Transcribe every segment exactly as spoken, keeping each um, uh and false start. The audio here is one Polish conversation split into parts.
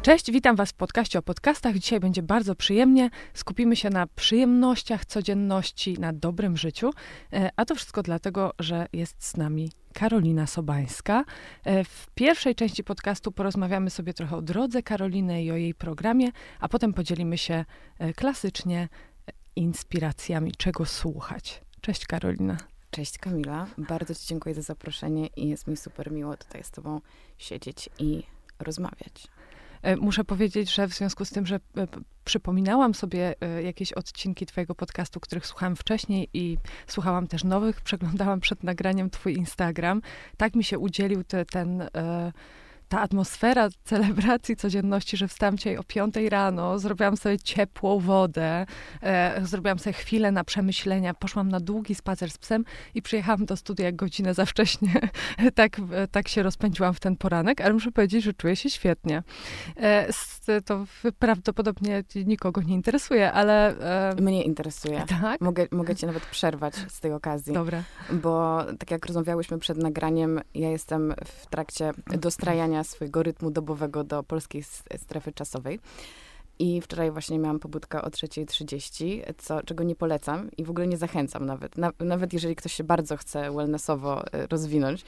Cześć, witam Was w podcaście o podcastach. Dzisiaj będzie bardzo przyjemnie. Skupimy się na przyjemnościach codzienności, na dobrym życiu. A to wszystko dlatego, że jest z nami Karolina Sobańska. W pierwszej części podcastu porozmawiamy sobie trochę o drodze Karoliny i o jej programie, a potem podzielimy się klasycznie inspiracjami, czego słuchać. Cześć Karolina. Cześć Kamila, bardzo Ci dziękuję za zaproszenie i jest mi super miło tutaj z Tobą siedzieć i rozmawiać. Muszę powiedzieć, że w związku z tym, że przypominałam sobie jakieś odcinki twojego podcastu, których słuchałam wcześniej i słuchałam też nowych, przeglądałam przed nagraniem twój Instagram, tak mi się udzielił te, ten... ta atmosfera celebracji codzienności, że wstałam dzisiaj o piątej rano, zrobiłam sobie ciepłą wodę, e, zrobiłam sobie chwilę na przemyślenia, poszłam na długi spacer z psem i przyjechałam do studia jak godzinę za wcześnie. tak, tak się rozpędziłam w ten poranek, ale muszę powiedzieć, że czuję się świetnie. E, to prawdopodobnie nikogo nie interesuje, ale... E, Mnie interesuje. Tak? Mogę, mogę cię nawet przerwać z tej okazji. Dobra. Bo tak jak rozmawiałyśmy przed nagraniem, ja jestem w trakcie dostrajania swojego rytmu dobowego do polskiej strefy czasowej. I wczoraj właśnie miałam pobudkę o trzeciej trzydzieści, co, czego nie polecam i w ogóle nie zachęcam nawet. Na, nawet jeżeli ktoś się bardzo chce wellnessowo rozwinąć.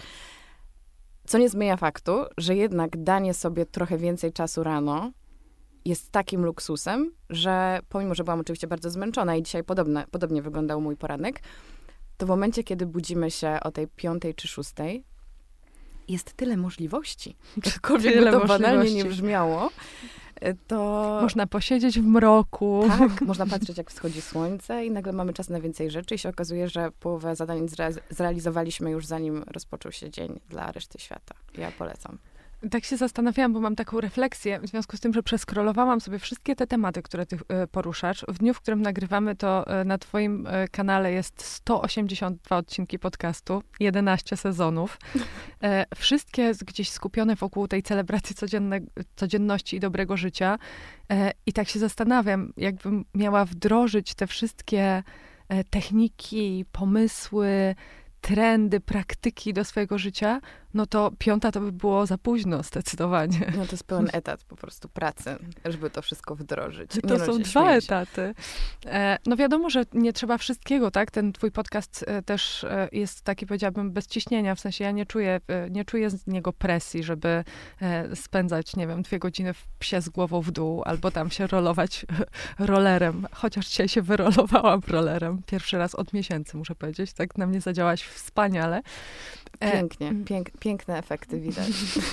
Co nie zmienia faktu, że jednak danie sobie trochę więcej czasu rano jest takim luksusem, że pomimo, że byłam oczywiście bardzo zmęczona i dzisiaj podobne, podobnie wyglądał mój poranek, to w momencie, kiedy budzimy się o tej piątej czy szóstej, jest tyle możliwości. Jakkolwiek by to banalnie nie brzmiało, to... Można posiedzieć w mroku. Tak, można patrzeć, jak wschodzi słońce i nagle mamy czas na więcej rzeczy i się okazuje, że połowę zadań zre- zrealizowaliśmy już zanim rozpoczął się dzień dla reszty świata. Ja polecam. Tak się zastanawiałam, bo mam taką refleksję, w związku z tym, że przeskrolowałam sobie wszystkie te tematy, które ty poruszasz. W dniu, w którym nagrywamy, to na twoim kanale jest sto osiemdziesiąt dwa odcinki podcastu, jedenaście sezonów. Wszystkie gdzieś skupione wokół tej celebracji codzienne, codzienności i dobrego życia. I tak się zastanawiam, jakbym miała wdrożyć te wszystkie techniki, pomysły, trendy, praktyki do swojego życia, no to piąta to by było za późno, zdecydowanie. No to jest pełen etat po prostu pracy, żeby to wszystko wdrożyć. To nie są no, dwa etaty. E, no wiadomo, że nie trzeba wszystkiego, tak? Ten twój podcast e, też e, jest taki, powiedziałabym, bez ciśnienia, w sensie ja nie czuję, e, nie czuję z niego presji, żeby e, spędzać, nie wiem, dwie godziny w psie z głową w dół, albo tam się rolować rollerem. Chociaż dzisiaj się wyrolowałam rollerem. Pierwszy raz od miesięcy, muszę powiedzieć. Tak na mnie zadziałaś wspaniale. Pięknie, pięk, piękne efekty widać.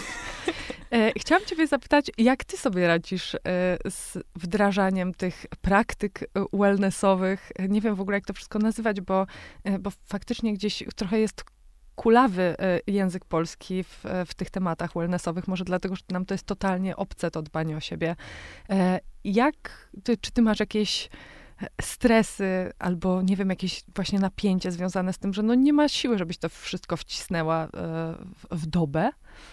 Chciałam ciebie zapytać, jak ty sobie radzisz z wdrażaniem tych praktyk wellnessowych? Nie wiem w ogóle, jak to wszystko nazywać, bo, bo faktycznie gdzieś trochę jest kulawy język polski w, w tych tematach wellnessowych, może dlatego, że nam to jest totalnie obce, to dbanie o siebie. Jak, ty, czy ty masz jakieś stresy, albo nie wiem, jakieś właśnie napięcie związane z tym, że no nie ma siły, żebyś to wszystko wcisnęła w, w dobę?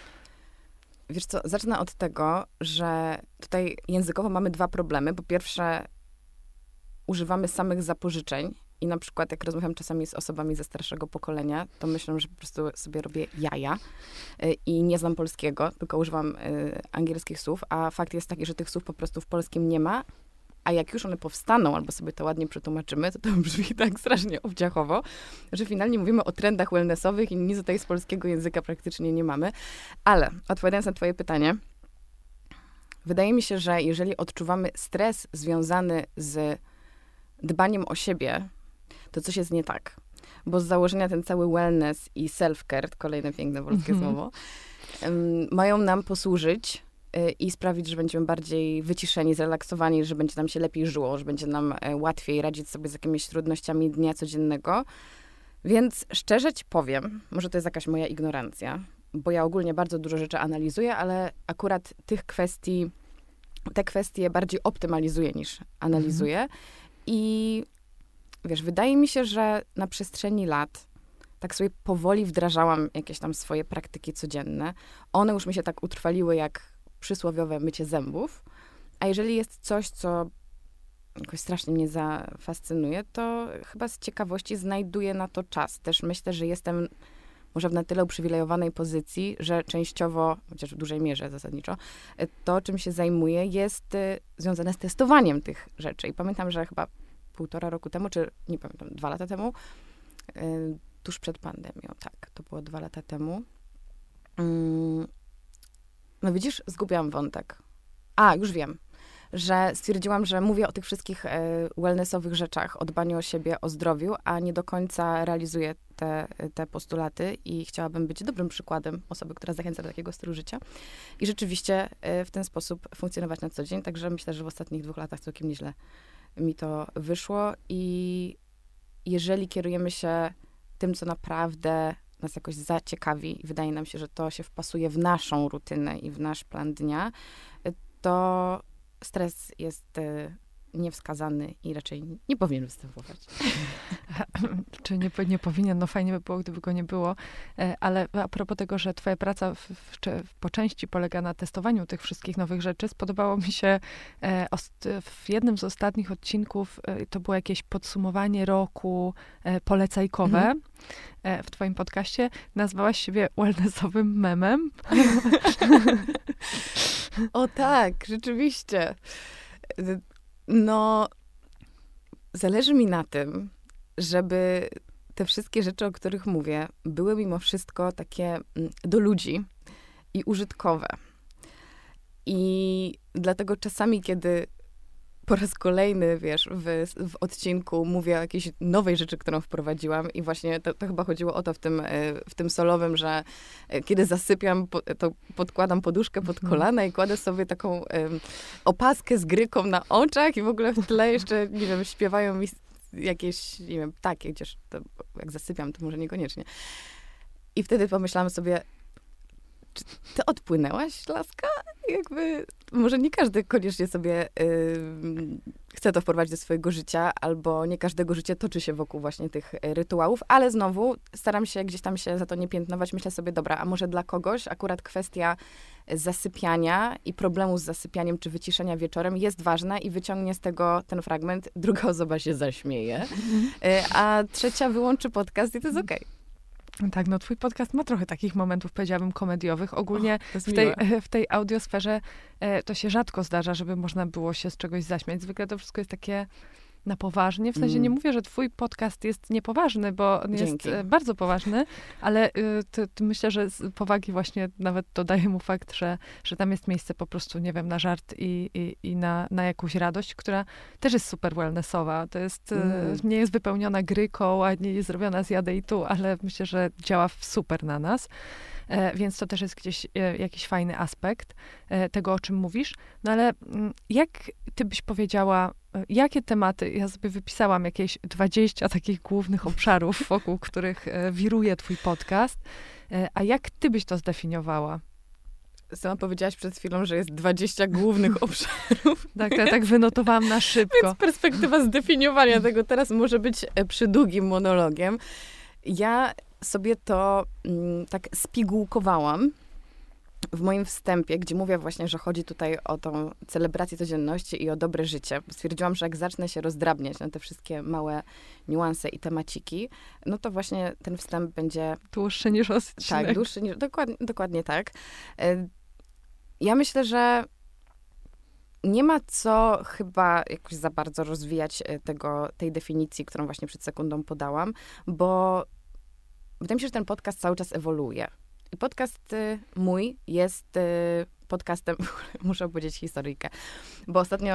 Wiesz co, zacznę od tego, że tutaj językowo mamy dwa problemy. Po pierwsze, używamy samych zapożyczeń i na przykład jak rozmawiam czasami z osobami ze starszego pokolenia, to myślę, że po prostu sobie robię jaja i nie znam polskiego, tylko używam angielskich słów, a fakt jest taki, że tych słów po prostu w polskim nie ma. A jak już one powstaną, albo sobie to ładnie przetłumaczymy, to to brzmi tak strasznie obciachowo, że finalnie mówimy o trendach wellnessowych i nic tutaj z polskiego języka praktycznie nie mamy. Ale odpowiadając na twoje pytanie, wydaje mi się, że jeżeli odczuwamy stres związany z dbaniem o siebie, to coś jest nie tak. Bo z założenia ten cały wellness i self-care, kolejne piękne polskie mm-hmm. słowo, um, mają nam posłużyć i sprawić, że będziemy bardziej wyciszeni, zrelaksowani, że będzie nam się lepiej żyło, że będzie nam łatwiej radzić sobie z jakimiś trudnościami dnia codziennego. Więc szczerze ci powiem, może to jest jakaś moja ignorancja, bo ja ogólnie bardzo dużo rzeczy analizuję, ale akurat tych kwestii, te kwestie bardziej optymalizuję niż analizuję. Mhm. I wiesz, wydaje mi się, że na przestrzeni lat tak sobie powoli wdrażałam jakieś tam swoje praktyki codzienne. One już mi się tak utrwaliły jak przysłowiowe mycie zębów, a jeżeli jest coś, co jakoś strasznie mnie zafascynuje, to chyba z ciekawości znajduję na to czas. Też myślę, że jestem może w na tyle uprzywilejowanej pozycji, że częściowo, chociaż w dużej mierze zasadniczo, to, czym się zajmuję, jest y, związane z testowaniem tych rzeczy. I pamiętam, że chyba półtora roku temu, czy nie pamiętam, dwa lata temu, y, tuż przed pandemią, tak, to było dwa lata temu. Y, no widzisz, zgubiłam wątek. A, już wiem. Że stwierdziłam, że mówię o tych wszystkich e, wellnessowych rzeczach, o dbaniu o siebie, o zdrowiu, a nie do końca realizuję te, te postulaty i chciałabym być dobrym przykładem osoby, która zachęca do takiego stylu życia. I rzeczywiście e, w ten sposób funkcjonować na co dzień. Także myślę, że w ostatnich dwóch latach całkiem nieźle mi to wyszło. I jeżeli kierujemy się tym, co naprawdę nas jakoś zaciekawi i wydaje nam się, że to się wpasuje w naszą rutynę i w nasz plan dnia, to stres jest y, niewskazany i raczej nie powinien występować. Czy nie, nie powinien? No fajnie by było, gdyby go nie było. E, ale a propos tego, że twoja praca w, w, w, po części polega na testowaniu tych wszystkich nowych rzeczy, spodobało mi się e, ost, w jednym z ostatnich odcinków, e, to było jakieś podsumowanie roku e, polecajkowe. Mhm. E, w twoim podcaście nazwałaś siebie wellnessowym memem. O tak, rzeczywiście. No, zależy mi na tym, żeby te wszystkie rzeczy, o których mówię, były mimo wszystko takie do ludzi i użytkowe. I dlatego czasami, kiedy po raz kolejny, wiesz, w, w odcinku mówię o jakiejś nowej rzeczy, którą wprowadziłam i właśnie to, to chyba chodziło o to w tym, w tym solowym, że kiedy zasypiam, to podkładam poduszkę pod kolana i kładę sobie taką um, opaskę z gryką na oczach i w ogóle w tle jeszcze, nie wiem, śpiewają mi jakieś, nie wiem, ptaki, chociaż to, jak zasypiam, to może niekoniecznie. I wtedy pomyślałam sobie, czy ty odpłynęłaś, laska? Jakby, może nie każdy koniecznie sobie y, chce to wprowadzić do swojego życia, albo nie każdego życie toczy się wokół właśnie tych rytuałów, ale znowu staram się gdzieś tam się za to nie piętnować. Myślę sobie, dobra, a może dla kogoś akurat kwestia zasypiania i problemu z zasypianiem, czy wyciszenia wieczorem jest ważna i wyciągnie z tego ten fragment, druga osoba się zaśmieje, y, a trzecia wyłączy podcast i to jest okej. Okay. Tak, no twój podcast ma trochę takich momentów, powiedziałabym, komediowych. Ogólnie o, w, tej, w tej audiosferze e, to się rzadko zdarza, żeby można było się z czegoś zaśmiać. Zwykle to wszystko jest takie na poważnie. W sensie mm. nie mówię, że twój podcast jest niepoważny, bo on Dzięki. jest bardzo poważny, ale y, to, to myślę, że z powagi właśnie nawet dodaje mu fakt, że, że tam jest miejsce po prostu, nie wiem, na żart i, i, i na, na jakąś radość, która też jest super wellnessowa. To jest, mm. y, nie jest wypełniona gryką, a nie jest zrobiona z jady i tu, ale myślę, że działa super na nas. E, więc to też jest gdzieś e, jakiś fajny aspekt e, tego, o czym mówisz. No ale m, jak ty byś powiedziała, e, jakie tematy, ja sobie wypisałam jakieś dwadzieścia takich głównych obszarów, wokół których e, wiruje twój podcast, e, a jak ty byś to zdefiniowała? Sama powiedziałaś przed chwilą, że jest dwadzieścia głównych obszarów. Tak, ja tak wynotowałam na szybko. Więc perspektywa zdefiniowania tego teraz może być przydługim monologiem. Ja sobie to mm, tak spigułkowałam w moim wstępie, gdzie mówię właśnie, że chodzi tutaj o tą celebrację codzienności i o dobre życie. Stwierdziłam, że jak zacznę się rozdrabniać na te wszystkie małe niuanse i temaciki, no to właśnie ten wstęp będzie... Dłuższy niż odcinek. Tak, dłuższy niż... Dokładnie, dokładnie tak. Ja myślę, że nie ma co chyba jakoś za bardzo rozwijać tego, tej definicji, którą właśnie przed sekundą podałam, bo wydaje mi się, że ten podcast cały czas ewoluuje. I podcast y, mój jest y, podcastem, muszę powiedzieć historyjkę, bo ostatnio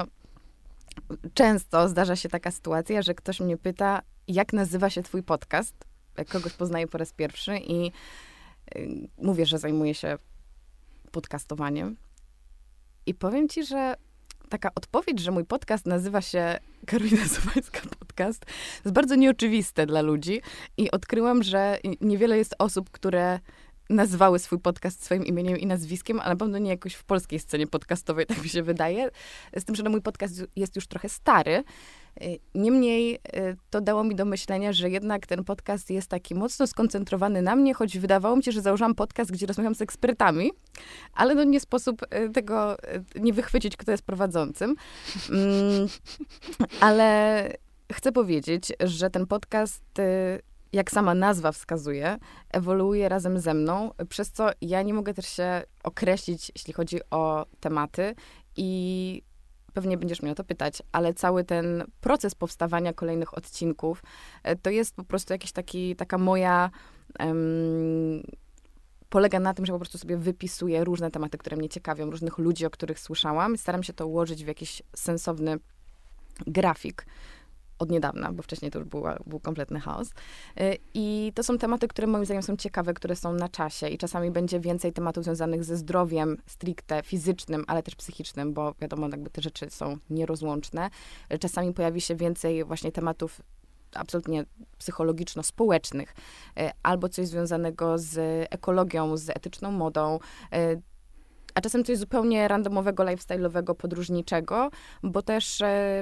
często zdarza się taka sytuacja, że ktoś mnie pyta, jak nazywa się twój podcast, jak kogoś poznaję po raz pierwszy i y, mówię, że zajmuję się podcastowaniem. I powiem ci, że taka odpowiedź, że mój podcast nazywa się Karolina Sobańska Podcast, jest bardzo nieoczywiste dla ludzi i odkryłam, że niewiele jest osób, które nazwały swój podcast swoim imieniem i nazwiskiem, a na pewno nie jakoś w polskiej scenie podcastowej, tak mi się wydaje. Z tym, że mój podcast jest już trochę stary. Niemniej to dało mi do myślenia, że jednak ten podcast jest taki mocno skoncentrowany na mnie, choć wydawało mi się, że założyłam podcast, gdzie rozmawiam z ekspertami, ale no nie sposób tego nie wychwycić, kto jest prowadzącym. Ale chcę powiedzieć, że ten podcast jak sama nazwa wskazuje, ewoluuje razem ze mną, przez co ja nie mogę też się określić, jeśli chodzi o tematy i pewnie będziesz mnie o to pytać, ale cały ten proces powstawania kolejnych odcinków, to jest po prostu jakiś taki, taka moja... Um, polega na tym, że po prostu sobie wypisuję różne tematy, które mnie ciekawią, różnych ludzi, o których słyszałam. Staram się to ułożyć w jakiś sensowny grafik. Od niedawna, bo wcześniej to już była, był kompletny chaos. I to są tematy, które moim zdaniem są ciekawe, które są na czasie i czasami będzie więcej tematów związanych ze zdrowiem stricte fizycznym, ale też psychicznym, bo wiadomo, jakby te rzeczy są nierozłączne. Czasami pojawi się więcej właśnie tematów absolutnie psychologiczno-społecznych, albo coś związanego z ekologią, z etyczną modą, a czasem coś zupełnie randomowego, lifestyle'owego, podróżniczego, bo też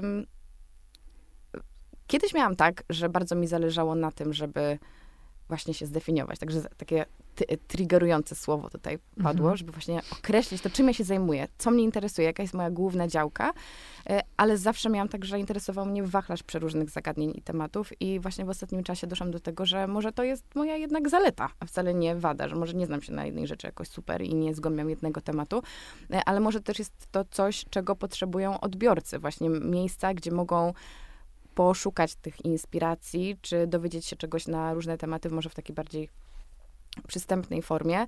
kiedyś miałam tak, że bardzo mi zależało na tym, żeby właśnie się zdefiniować. Także takie ty, triggerujące słowo tutaj padło, mhm. żeby właśnie określić to, czym ja się zajmuję, co mnie interesuje, jaka jest moja główna działka, ale zawsze miałam tak, że interesował mnie wachlarz przeróżnych zagadnień i tematów i właśnie w ostatnim czasie doszłam do tego, że może to jest moja jednak zaleta, a wcale nie wada, że może nie znam się na jednej rzeczy jakoś super i nie zgłębiam jednego tematu, ale może też jest to coś, czego potrzebują odbiorcy, właśnie miejsca, gdzie mogą poszukać tych inspiracji, czy dowiedzieć się czegoś na różne tematy, może w takiej bardziej przystępnej formie.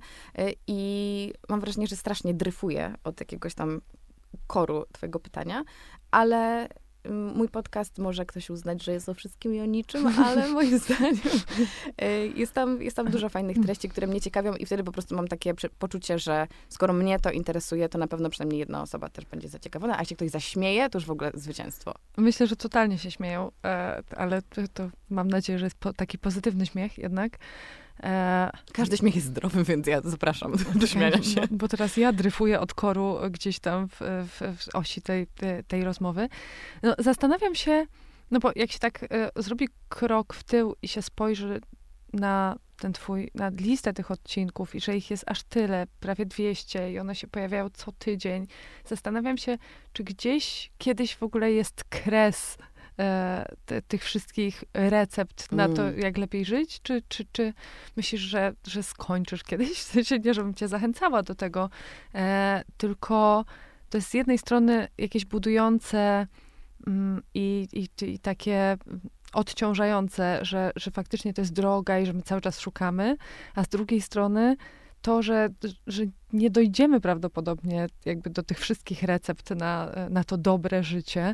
I mam wrażenie, że strasznie dryfuję od jakiegoś tam koru twojego pytania, ale mój podcast może ktoś uznać, że jest o wszystkim i o niczym, ale moim zdaniem jest tam, jest tam dużo fajnych treści, które mnie ciekawią i wtedy po prostu mam takie poczucie, że skoro mnie to interesuje, to na pewno przynajmniej jedna osoba też będzie zaciekawiona, a jeśli ktoś zaśmieje, to już w ogóle zwycięstwo. Myślę, że totalnie się śmieją, ale to, to mam nadzieję, że jest taki pozytywny śmiech jednak. E, Każdy śmiech jest zdrowy, więc ja zapraszam do, do śmiania się. Bo, bo teraz ja dryfuję od koru gdzieś tam w, w, w osi tej, tej, tej rozmowy. No, zastanawiam się, no bo jak się tak e, zrobi krok w tył i się spojrzy na ten twój, na listę tych odcinków i że ich jest aż tyle, prawie dwieście i one się pojawiają co tydzień. Zastanawiam się, czy gdzieś kiedyś w ogóle jest kres Te, tych wszystkich recept na to, jak lepiej żyć? Czy, czy, czy myślisz, że, że skończysz kiedyś? W sensie nie, żebym cię zachęcała do tego, e, tylko to jest z jednej strony jakieś budujące mm, i, i, i takie odciążające, że, że faktycznie to jest droga i że my cały czas szukamy, a z drugiej strony to, że, że nie dojdziemy prawdopodobnie jakby do tych wszystkich recept na, na to dobre życie,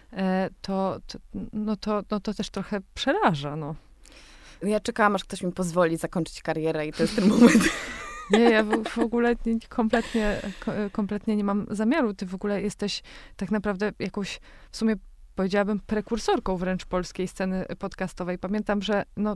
to, to, no to, no to też trochę przeraża, no. Ja czekałam, aż ktoś mi pozwoli zakończyć karierę i to jest ten moment. Nie, ja w, w ogóle nie, kompletnie, kompletnie nie mam zamiaru. Ty w ogóle jesteś tak naprawdę jakąś w sumie powiedziałabym, prekursorką wręcz polskiej sceny podcastowej. Pamiętam, że no,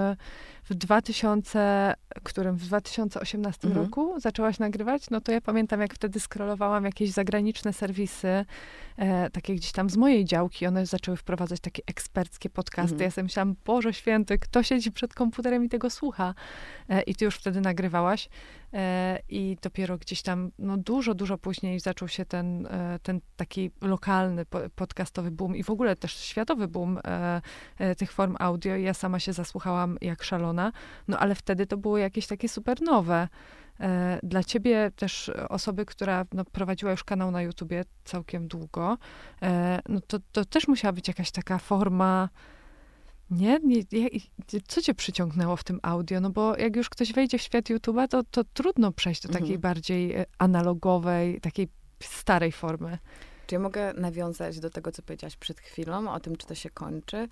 w dwa tysiące, którym w dwa tysiące osiemnastym mhm. roku zaczęłaś nagrywać, no to ja pamiętam, jak wtedy scrollowałam jakieś zagraniczne serwisy, e, takie gdzieś tam z mojej działki, one zaczęły wprowadzać takie eksperckie podcasty. Mhm. Ja sobie myślałam, Boże Święty, kto siedzi przed komputerem i tego słucha? E, I ty już wtedy nagrywałaś. E, I dopiero gdzieś tam, no dużo, dużo później zaczął się ten, e, ten taki lokalny po, podcastowy boom i w ogóle też światowy boom e, e, tych form audio. Ja sama się zasłuchałam jak szalona, no ale wtedy to było jakieś takie super nowe. E, dla ciebie też osoby, która no, prowadziła już kanał na YouTubie całkiem długo, e, no to, to też musiała być jakaś taka forma. Nie? nie ja, co cię przyciągnęło w tym audio? No bo jak już ktoś wejdzie w świat YouTube'a, to, to trudno przejść do takiej mhm. bardziej analogowej, takiej starej formy. Czy ja mogę nawiązać do tego, co powiedziałaś przed chwilą, o tym, czy to się kończy?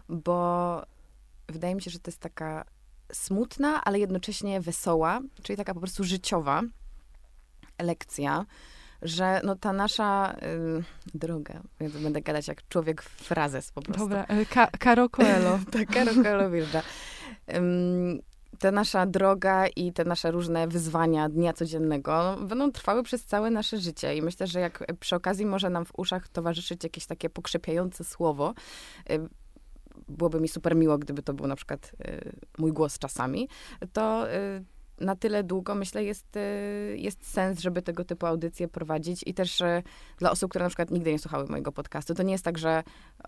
Bo wydaje mi się, że to jest taka smutna, ale jednocześnie wesoła, czyli taka po prostu życiowa lekcja, że no ta nasza y, droga, ja to będę gadać jak człowiek frazes po prostu. Dobra, Ka- Caro Coelho. Tak, Caro Coelho wjeżdża. Um, ta nasza droga i te nasze różne wyzwania dnia codziennego no, będą trwały przez całe nasze życie. I myślę, że jak przy okazji może nam w uszach towarzyszyć jakieś takie pokrzepiające słowo, y, byłoby mi super miło, gdyby to był na przykład y, mój głos czasami, to y, na tyle długo, myślę, jest, jest sens, żeby tego typu audycje prowadzić i też dla osób, które na przykład nigdy nie słuchały mojego podcastu. To nie jest tak, że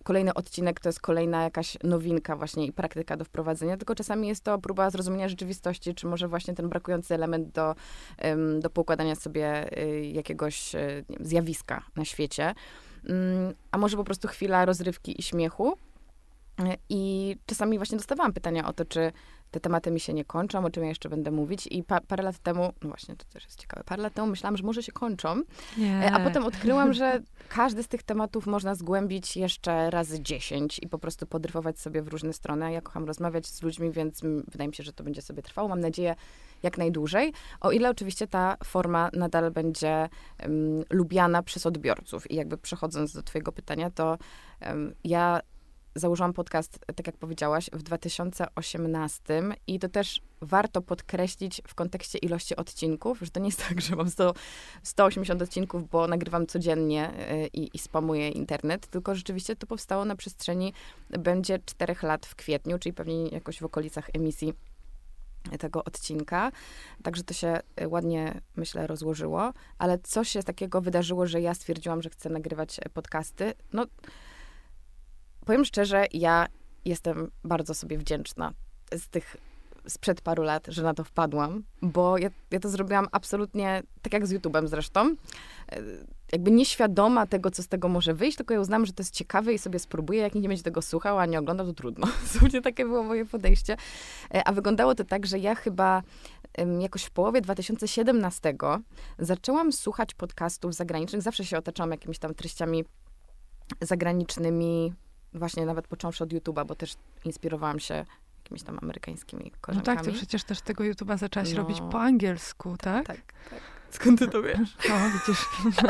kolejny odcinek to jest kolejna jakaś nowinka właśnie i praktyka do wprowadzenia, tylko czasami jest to próba zrozumienia rzeczywistości, czy może właśnie ten brakujący element do, do poukładania sobie jakiegoś nie wiem, zjawiska na świecie. A może po prostu chwila rozrywki i śmiechu. I czasami właśnie dostawałam pytania o to, czy te tematy mi się nie kończą, o czym ja jeszcze będę mówić. I pa, parę lat temu, no właśnie, to też jest ciekawe, parę lat temu myślałam, że może się kończą, nie. A potem odkryłam, że każdy z tych tematów można zgłębić jeszcze razy dziesięć i po prostu podryfować sobie w różne strony. Ja kocham rozmawiać z ludźmi, więc wydaje mi się, że to będzie sobie trwało. Mam nadzieję, jak najdłużej. O ile oczywiście ta forma nadal będzie um, lubiana przez odbiorców. I jakby przechodząc do twojego pytania, to um, ja założyłam podcast, tak jak powiedziałaś, w dwa tysiące osiemnastym i to też warto podkreślić w kontekście ilości odcinków, że to nie jest tak, że mam sto, sto osiemdziesiąt odcinków, bo nagrywam codziennie i, i spamuję internet, tylko rzeczywiście to powstało na przestrzeni, będzie czterech lat w kwietniu, czyli pewnie jakoś w okolicach emisji tego odcinka. Także to się ładnie, myślę, rozłożyło. Ale coś się takiego wydarzyło, że ja stwierdziłam, że chcę nagrywać podcasty. No, powiem szczerze, ja jestem bardzo sobie wdzięczna z tych sprzed paru lat, że na to wpadłam, bo ja, ja to zrobiłam absolutnie, tak jak z YouTube'em zresztą, jakby nieświadoma tego, co z tego może wyjść, tylko ja uznałam, że to jest ciekawe i sobie spróbuję, jak nikt nie będzie tego słuchał, a nie oglądał, to trudno. Zupełnie takie było moje podejście. A wyglądało to tak, że ja chyba jakoś w połowie dwa tysiące siedemnastego zaczęłam słuchać podcastów zagranicznych. Zawsze się otaczałam jakimiś tam treściami zagranicznymi, właśnie nawet począwszy od YouTube'a, bo też inspirowałam się jakimiś tam amerykańskimi korzonkami. No tak, ty przecież też tego YouTube'a zaczęłaś no. robić po angielsku, tak? Tak, tak. Skąd ty to wiesz? No, widzisz.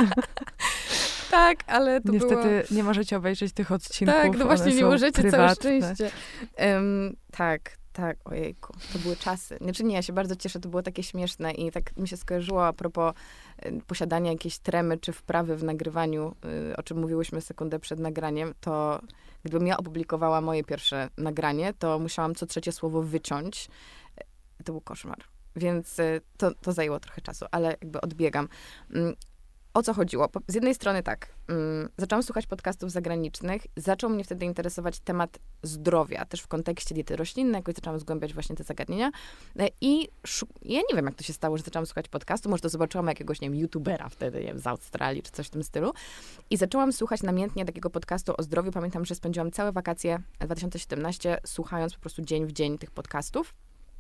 Tak, ale to Niestety było... nie możecie obejrzeć tych odcinków. Tak, no właśnie nie możecie, prywatne. całe szczęście. Um, tak, tak, ojejku, to były czasy. Znaczy nie, ja się bardzo cieszę, to było takie śmieszne i tak mi się skojarzyło a propos y, posiadania jakiejś tremy czy wprawy w nagrywaniu, y, o czym mówiłyśmy sekundę przed nagraniem, to gdybym ja opublikowała moje pierwsze nagranie, to musiałam co trzecie słowo wyciąć. To był koszmar. Więc y, to, to zajęło trochę czasu, ale jakby odbiegam. Y, O co chodziło? Z jednej strony tak, um, zaczęłam słuchać podcastów zagranicznych, zaczął mnie wtedy interesować temat zdrowia, też w kontekście diety roślinnej, jakoś zaczęłam zgłębiać właśnie te zagadnienia i ja nie wiem, jak to się stało, że zaczęłam słuchać podcastu, może to zobaczyłam jakiegoś, nie wiem, youtubera wtedy, nie wiem, z Australii, czy coś w tym stylu i zaczęłam słuchać namiętnie takiego podcastu o zdrowiu. Pamiętam, że spędziłam całe wakacje dwa tysiące siedemnaście słuchając po prostu dzień w dzień tych podcastów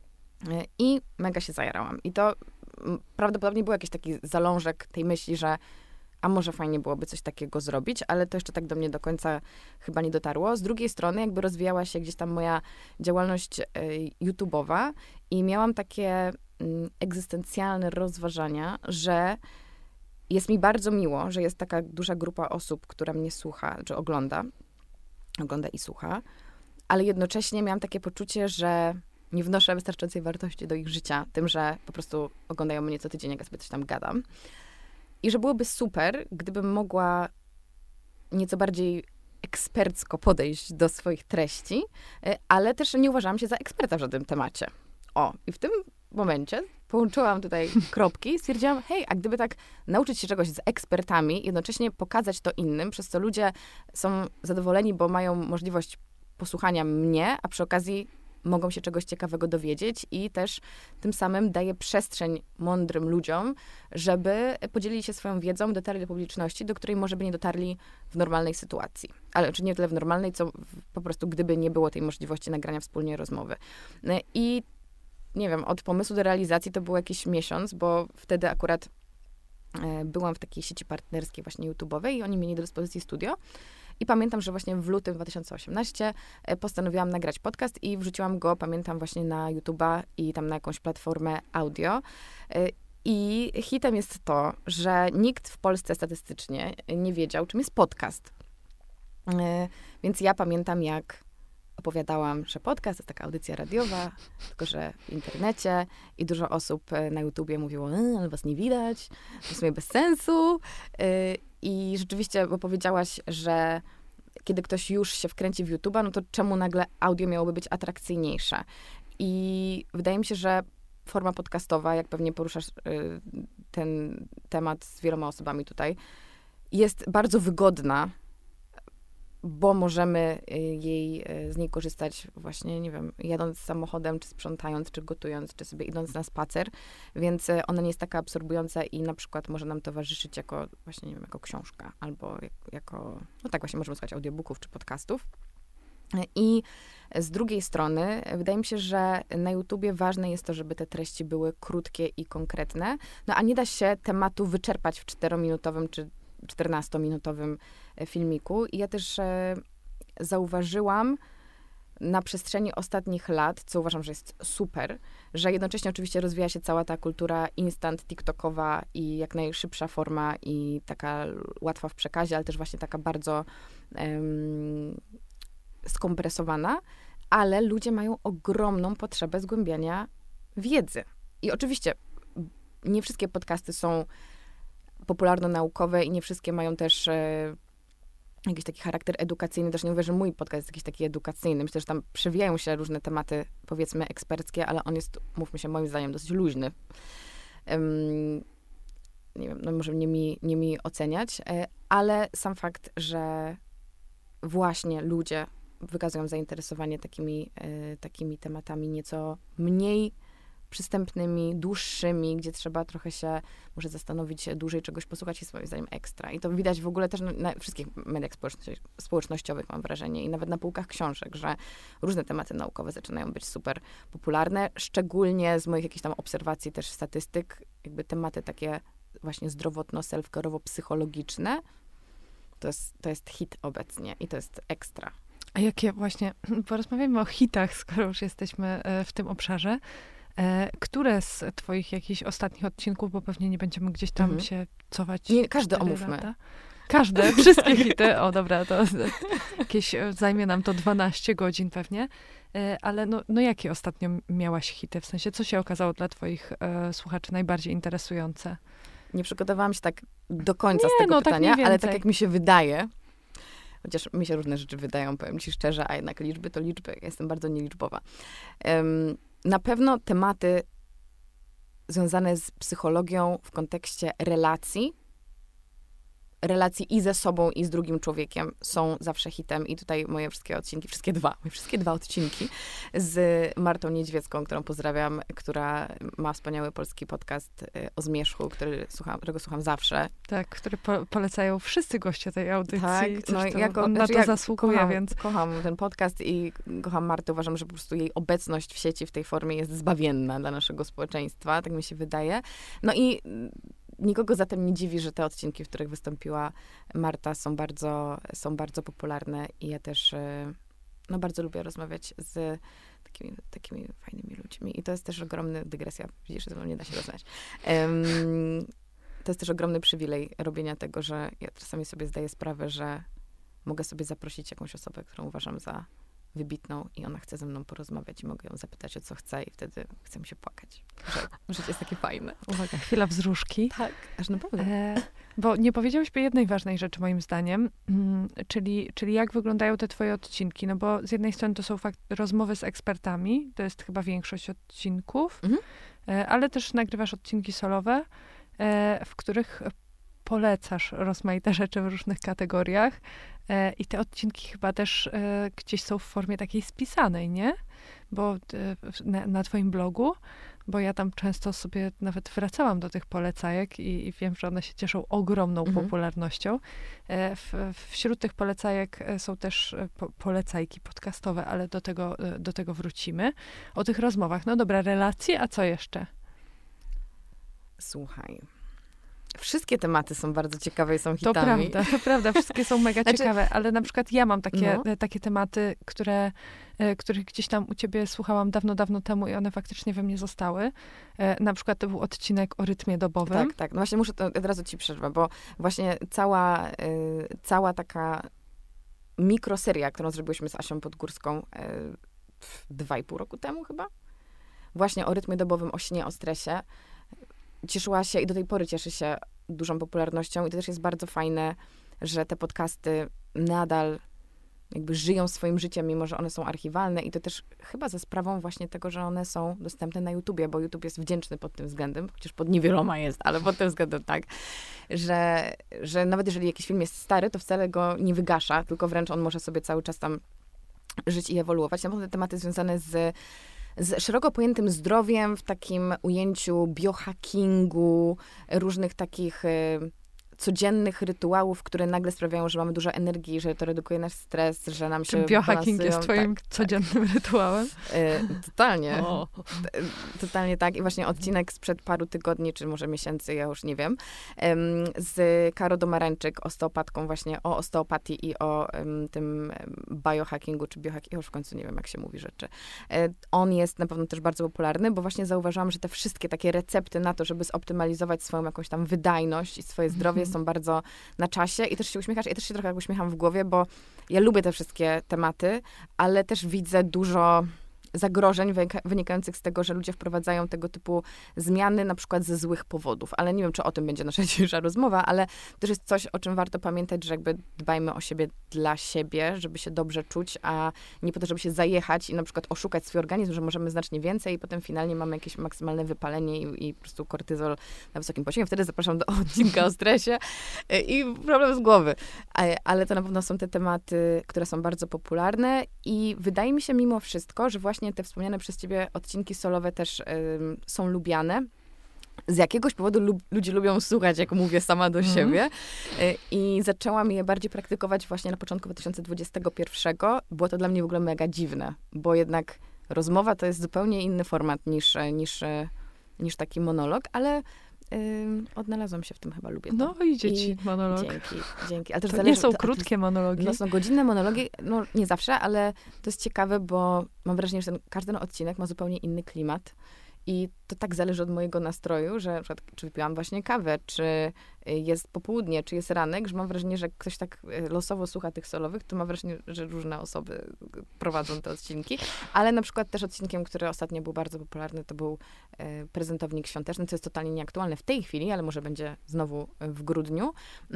i mega się zajarałam. I to prawdopodobnie był jakiś taki zalążek tej myśli, że a może fajnie byłoby coś takiego zrobić, ale to jeszcze tak do mnie do końca chyba nie dotarło. Z drugiej strony jakby rozwijała się gdzieś tam moja działalność y, YouTube'owa i miałam takie y, egzystencjalne rozważania, że jest mi bardzo miło, że jest taka duża grupa osób, która mnie słucha, czy ogląda, ogląda i słucha, ale jednocześnie miałam takie poczucie, że nie wnoszę wystarczającej wartości do ich życia, tym, że po prostu oglądają mnie co tydzień, jak ja sobie coś tam gadam. I że byłoby super, gdybym mogła nieco bardziej ekspercko podejść do swoich treści, ale też nie uważałam się za eksperta w żadnym temacie. O, i w tym momencie połączyłam tutaj kropki i stwierdziłam, hej, a gdyby tak nauczyć się czegoś z ekspertami, jednocześnie pokazać to innym, przez co ludzie są zadowoleni, bo mają możliwość posłuchania mnie, a przy okazji mogą się czegoś ciekawego dowiedzieć i też tym samym daje przestrzeń mądrym ludziom, żeby podzielili się swoją wiedzą, dotarli do publiczności, do której może by nie dotarli w normalnej sytuacji. Ale czy nie tyle w normalnej, co w, po prostu gdyby nie było tej możliwości nagrania wspólnie rozmowy. I nie wiem, od pomysłu do realizacji to był jakiś miesiąc, bo wtedy akurat e, byłam w takiej sieci partnerskiej właśnie YouTube'owej i oni mieli do dyspozycji studio. I pamiętam, że właśnie w lutym dwa tysiące osiemnastego postanowiłam nagrać podcast i wrzuciłam go, pamiętam, właśnie na YouTube'a i tam na jakąś platformę audio. I hitem jest to, że nikt w Polsce statystycznie nie wiedział, czym jest podcast. Więc ja pamiętam, jak opowiadałam, że podcast to taka audycja radiowa, tylko że w internecie i dużo osób na YouTubie mówiło, e, ale was nie widać, to w sumie bez sensu. I rzeczywiście, bo powiedziałaś, że kiedy ktoś już się wkręci w YouTube'a, no to czemu nagle audio miałoby być atrakcyjniejsze? I wydaje mi się, że forma podcastowa, jak pewnie poruszasz y, ten temat z wieloma osobami tutaj, jest bardzo wygodna bo możemy jej, z niej korzystać właśnie, nie wiem, jadąc samochodem, czy sprzątając, czy gotując, czy sobie idąc na spacer, więc ona nie jest taka absorbująca i na przykład może nam towarzyszyć jako właśnie, nie wiem, jako książka, albo jako, no tak właśnie możemy słuchać audiobooków, czy podcastów. I z drugiej strony, wydaje mi się, że na YouTubie ważne jest to, żeby te treści były krótkie i konkretne, no a nie da się tematu wyczerpać w czterominutowym czy czternastominutowym filmiku. I ja też e, zauważyłam na przestrzeni ostatnich lat, co uważam, że jest super, że jednocześnie oczywiście rozwija się cała ta kultura instant tiktokowa i jak najszybsza forma i taka łatwa w przekazie, ale też właśnie taka bardzo em, skompresowana, ale ludzie mają ogromną potrzebę zgłębiania wiedzy. I oczywiście nie wszystkie podcasty są popularno-naukowe i nie wszystkie mają też e, jakiś taki charakter edukacyjny. Też nie mówię, że mój podcast jest jakiś taki edukacyjny. Myślę, że tam przewijają się różne tematy, powiedzmy, eksperckie, ale on jest, mówmy się, moim zdaniem dosyć luźny. Um, nie wiem, no może nie mi, nie mi oceniać, e, ale sam fakt, że właśnie ludzie wykazują zainteresowanie takimi, e, takimi tematami nieco mniej przystępnymi, dłuższymi, gdzie trzeba trochę się może zastanowić dłużej, czegoś posłuchać, jest moim zdaniem ekstra. I to widać w ogóle też na, na wszystkich mediach społecznościowych, mam wrażenie, i nawet na półkach książek, że różne tematy naukowe zaczynają być super popularne. Szczególnie z moich jakichś tam obserwacji też statystyk, jakby tematy takie właśnie zdrowotno, self-care'owo-psychologiczne, to jest, to jest hit obecnie i to jest ekstra. A jakie właśnie, porozmawiajmy o hitach, skoro już jesteśmy w tym obszarze. Które z twoich jakichś ostatnich odcinków, bo pewnie nie będziemy gdzieś tam mhm. się cofać. Nie, każdy omówmy. Lata. Każde, wszystkie hity. O dobra, to jakieś zajmie nam to dwanaście godzin pewnie. Ale no, no jakie ostatnio miałaś hity? W sensie, co się okazało dla twoich e, słuchaczy najbardziej interesujące? Nie przygotowałam się tak do końca nie, z tego no, pytania, tak ale tak jak mi się wydaje, chociaż mi się różne rzeczy wydają, powiem ci szczerze, a jednak liczby to liczby. Ja jestem bardzo nieliczbowa. Um, Na pewno tematy związane z psychologią w kontekście relacji, relacji i ze sobą, i z drugim człowiekiem są zawsze hitem. I tutaj moje wszystkie odcinki, wszystkie dwa, moje wszystkie dwa odcinki z Martą Niedźwiecką, którą pozdrawiam, która ma wspaniały polski podcast o zmierzchu, który słucham, którego słucham zawsze. Tak, który po, polecają wszyscy goście tej audycji. Tak, no jako, on na znaczy to ja zasługuje, kocham, więc... Kocham ten podcast i kocham Martę. Uważam, że po prostu jej obecność w sieci w tej formie jest zbawienna dla naszego społeczeństwa, tak mi się wydaje. No i nikogo zatem nie dziwi, że te odcinki, w których wystąpiła Marta, są bardzo, są bardzo popularne i ja też no, bardzo lubię rozmawiać z takimi, takimi fajnymi ludźmi. I to jest też ogromny, dygresja, widzisz, że ze mną nie da się rozmawiać. Um, to jest też ogromny przywilej robienia tego, że ja czasami sobie zdaję sprawę, że mogę sobie zaprosić jakąś osobę, którą uważam za wybitną i ona chce ze mną porozmawiać i mogę ją zapytać, o co chce i wtedy chce mi się płakać. Że życie jest takie fajne. Uwaga, chwila wzruszki. Tak, aż naprawdę. E, bo nie powiedziałyśmy jednej ważnej rzeczy, moim zdaniem, mm, czyli, czyli jak wyglądają te twoje odcinki. No bo z jednej strony to są fakt, rozmowy z ekspertami, to jest chyba większość odcinków, mhm. e, ale też nagrywasz odcinki solowe, e, w których polecasz rozmaite rzeczy w różnych kategoriach. E, I te odcinki chyba też e, gdzieś są w formie takiej spisanej, nie? Bo e, na, na twoim blogu, bo ja tam często sobie nawet wracałam do tych polecajek i, i wiem, że one się cieszą ogromną mhm. popularnością. E, w, wśród tych polecajek są też po, polecajki podcastowe, ale do tego, do tego wrócimy. O tych rozmowach. No dobra, relacje, a co jeszcze? Słuchaj. Wszystkie tematy są bardzo ciekawe i są hitami. To prawda, to prawda, wszystkie są mega znaczy, ciekawe, ale na przykład ja mam takie, no. takie tematy, które, których gdzieś tam u ciebie słuchałam dawno, dawno temu i one faktycznie we mnie zostały. Na przykład to był odcinek o rytmie dobowym. Tak, tak. No właśnie muszę to od razu ci przerwę, bo właśnie cała, y, cała taka mikroseria, którą zrobiłyśmy z Asią Podgórską y, dwa i pół roku temu chyba, właśnie o rytmie dobowym, o śnie, o stresie, cieszyła się i do tej pory cieszy się dużą popularnością i to też jest bardzo fajne, że te podcasty nadal jakby żyją swoim życiem, mimo że one są archiwalne i to też chyba za sprawą właśnie tego, że one są dostępne na YouTubie, bo YouTube jest wdzięczny pod tym względem, chociaż pod niewieloma jest, ale pod tym względem tak, że, że nawet jeżeli jakiś film jest stary, to wcale go nie wygasza, tylko wręcz on może sobie cały czas tam żyć i ewoluować. Na pewno te tematy związane z z szeroko pojętym zdrowiem w takim ujęciu biohackingu, różnych takich y, codziennych rytuałów, które nagle sprawiają, że mamy dużo energii, że to redukuje nasz stres, że nam się biohacking jest twoim tak, codziennym tak. rytuałem? Y, totalnie. O. Totalnie tak. I właśnie odcinek sprzed paru tygodni, czy może miesięcy, ja już nie wiem, ym, z Karo Domarańczyk, osteopatką właśnie, o osteopatii i o ym, tym biohackingu, czy biohackingu, już w końcu nie wiem, jak się mówi rzeczy. Y, on jest na pewno też bardzo popularny, bo właśnie zauważyłam, że te wszystkie takie recepty na to, żeby zoptymalizować swoją jakąś tam wydajność i swoje zdrowie, są bardzo na czasie i też się uśmiechasz, ja też się trochę uśmiecham w głowie, bo ja lubię te wszystkie tematy, ale też widzę dużo zagrożeń wynikających z tego, że ludzie wprowadzają tego typu zmiany, na przykład ze złych powodów. Ale nie wiem, czy o tym będzie nasza dzisiejsza rozmowa, ale też jest coś, o czym warto pamiętać, że jakby dbajmy o siebie dla siebie, żeby się dobrze czuć, a nie po to, żeby się zajechać i na przykład oszukać swój organizm, że możemy znacznie więcej i potem finalnie mamy jakieś maksymalne wypalenie i, i po prostu kortyzol na wysokim poziomie. Wtedy zapraszam do odcinka o stresie i problem z głowy. Ale to na pewno są te tematy, które są bardzo popularne i wydaje mi się mimo wszystko, że właśnie te wspomniane przez ciebie odcinki solowe też y, są lubiane. Z jakiegoś powodu lub, ludzie lubią słuchać, jak mówię sama do mm. siebie. Y, I zaczęłam je bardziej praktykować właśnie na początku dwa tysiące dwudziestego pierwszego. Było to dla mnie w ogóle mega dziwne, bo jednak rozmowa to jest zupełnie inny format niż, niż, niż taki monolog, ale Ym, odnalazłam się w tym, chyba lubię to. No idzie ci monolog. Dzięki, dzięki. Ale też to zależy, nie są to, krótkie to, monologi. No są godzinne monologi, no nie zawsze, ale to jest ciekawe, bo mam wrażenie, że ten, każdy ten odcinek ma zupełnie inny klimat i to tak zależy od mojego nastroju, że na przykład, czy wypiłam właśnie kawę, czy jest popołudnie, czy jest ranek, że mam wrażenie, że ktoś tak losowo słucha tych solowych, to mam wrażenie, że różne osoby prowadzą te odcinki. Ale na przykład też odcinkiem, który ostatnio był bardzo popularny, to był e, prezentownik świąteczny, co jest totalnie nieaktualne w tej chwili, ale może będzie znowu w grudniu,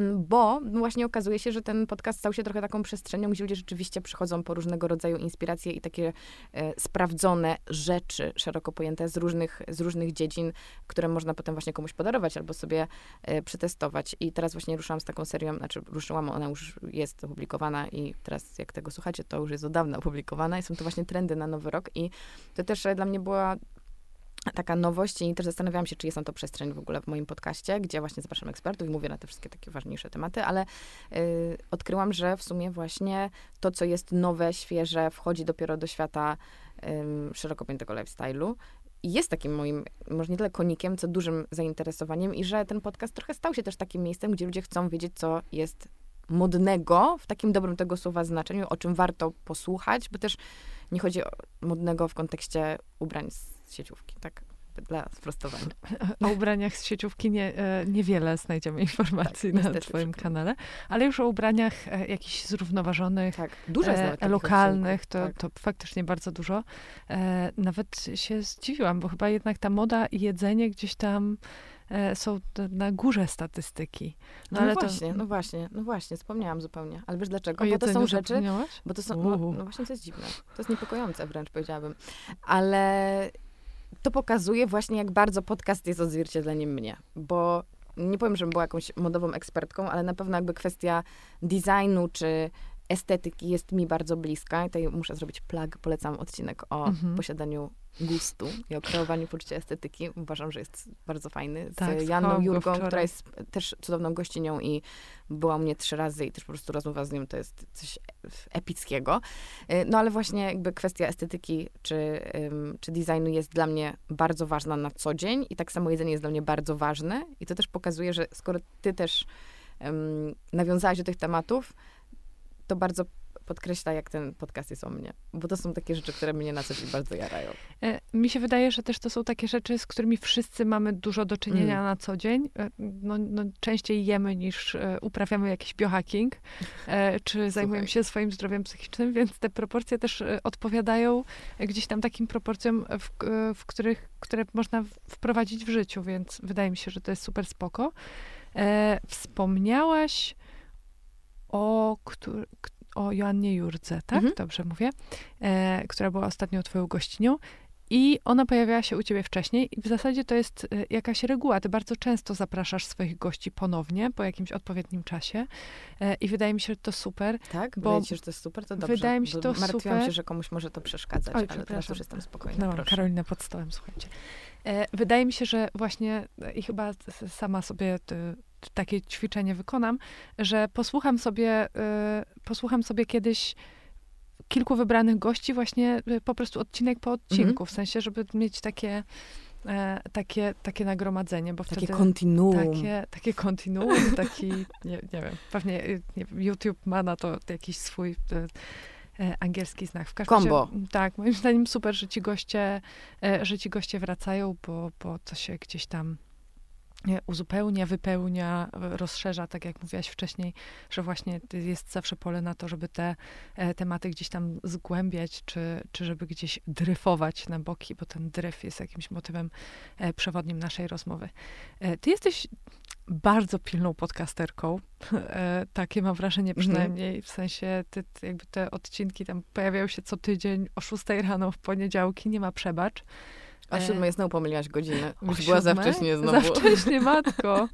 bo właśnie okazuje się, że ten podcast stał się trochę taką przestrzenią, gdzie ludzie rzeczywiście przychodzą po różnego rodzaju inspiracje i takie e, sprawdzone rzeczy, szeroko pojęte, z różnych, z różnych dziedzin, które można potem właśnie komuś podarować albo sobie e, przetestować. I teraz właśnie ruszałam z taką serią, znaczy ruszyłam, ona już jest opublikowana i teraz jak tego słuchacie, to już jest od dawna opublikowana i są to właśnie trendy na nowy rok i to też dla mnie była taka nowość i też zastanawiałam się, czy jest na to przestrzeń w ogóle w moim podcaście, gdzie właśnie zapraszam ekspertów i mówię na te wszystkie takie ważniejsze tematy, ale y, odkryłam, że w sumie właśnie to, co jest nowe, świeże, wchodzi dopiero do świata y, szeroko pojętego lifestyle'u. I jest takim moim, może nie tyle konikiem, co dużym zainteresowaniem i że ten podcast trochę stał się też takim miejscem, gdzie ludzie chcą wiedzieć, co jest modnego, w takim dobrym tego słowa znaczeniu, o czym warto posłuchać, bo też nie chodzi o modnego w kontekście ubrań z sieciówki, tak? Dla sprostowania. O ubraniach z sieciówki nie, niewiele znajdziemy informacji tak, na twoim kanale, ale już o ubraniach jakichś zrównoważonych, tak, dużo e, lokalnych, to, tak. to faktycznie bardzo dużo. E, nawet się zdziwiłam, bo chyba jednak ta moda i jedzenie gdzieś tam e, są na górze statystyki. No, no ale właśnie, to... no właśnie, no właśnie, wspomniałam zupełnie. Ale wiesz dlaczego? O bo to są rzeczy, bo to są, no, no właśnie to jest dziwne. To jest niepokojące wręcz, powiedziałabym. Ale to pokazuje właśnie, jak bardzo podcast jest odzwierciedleniem mnie, bo nie powiem, żebym była jakąś modową ekspertką, ale na pewno jakby kwestia designu czy estetyki jest mi bardzo bliska. I tutaj muszę zrobić plug, polecam odcinek o mhm. posiadaniu gustu i o kreowaniu poczucia estetyki. Uważam, że jest bardzo fajny. Z tak, Janną Jurgą, która jest też cudowną gościnią i była u mnie trzy razy i też po prostu rozmowa z nią to jest coś epickiego. No ale właśnie jakby kwestia estetyki czy, um, czy designu jest dla mnie bardzo ważna na co dzień i tak samo jedzenie jest dla mnie bardzo ważne i to też pokazuje, że skoro ty też um, nawiązałaś do tych tematów, to bardzo podkreśla, jak ten podcast jest o mnie. Bo to są takie rzeczy, które mnie na co dzień bardzo jarają. E, mi się wydaje, że też to są takie rzeczy, z którymi wszyscy mamy dużo do czynienia mm. na co dzień. E, no, no, częściej jemy niż e, uprawiamy jakiś biohacking, e, czy zajmujemy się swoim zdrowiem psychicznym, więc te proporcje też e, odpowiadają gdzieś tam takim proporcjom, w, e, w których, które można wprowadzić w życiu, więc wydaje mi się, że to jest super spoko. E, wspomniałaś o, który, o Joannie Jurdze, tak? Mhm. Dobrze mówię. E, która była ostatnio twoją gościnią. I ona pojawiała się u ciebie wcześniej i w zasadzie to jest y, jakaś reguła. Ty bardzo często zapraszasz swoich gości ponownie, po jakimś odpowiednim czasie. E, I wydaje mi się, że to super. Tak? Bo Wydaje ci się, że to jest super? To dobrze. wydaje mi się Bo to martwiłam super. się, że komuś może to przeszkadzać, Oj, ale teraz przepraszam. już jestem spokojna. No, Proszę. Karolina pod stołem, słuchajcie. E, wydaje mi się, że właśnie e, i chyba s- sama sobie t, takie ćwiczenie wykonam, że posłucham sobie, e, posłucham sobie kiedyś kilku wybranych gości właśnie e, po prostu odcinek po odcinku, Mhm. w sensie, żeby mieć takie e, takie, takie nagromadzenie, bo Takie wtedy... kontinuum. Takie, takie kontinuum, taki, nie, nie wiem, pewnie nie wiem, YouTube ma na to jakiś swój e, e, angielski znak. W każdym Combo. razie, tak, moim zdaniem super, że ci goście, e, że ci goście wracają, bo, bo to się gdzieś tam e, uzupełnia, wypełnia, e, rozszerza, tak jak mówiłaś wcześniej, że właśnie jest zawsze pole na to, żeby te e, tematy gdzieś tam zgłębiać, czy, czy żeby gdzieś dryfować na boki, bo ten dryf jest jakimś motywem e, przewodnim naszej rozmowy. E, ty jesteś bardzo pilną podcasterką. E, takie mam wrażenie przynajmniej. Mhm. W sensie ty, ty jakby te odcinki tam pojawiają się co tydzień o szóstej rano w poniedziałki, nie ma przebacz. O siódmej znowu pomyliłaś godzinę. O Już była za siódmej? wcześnie znowu. Za wcześnie, matko.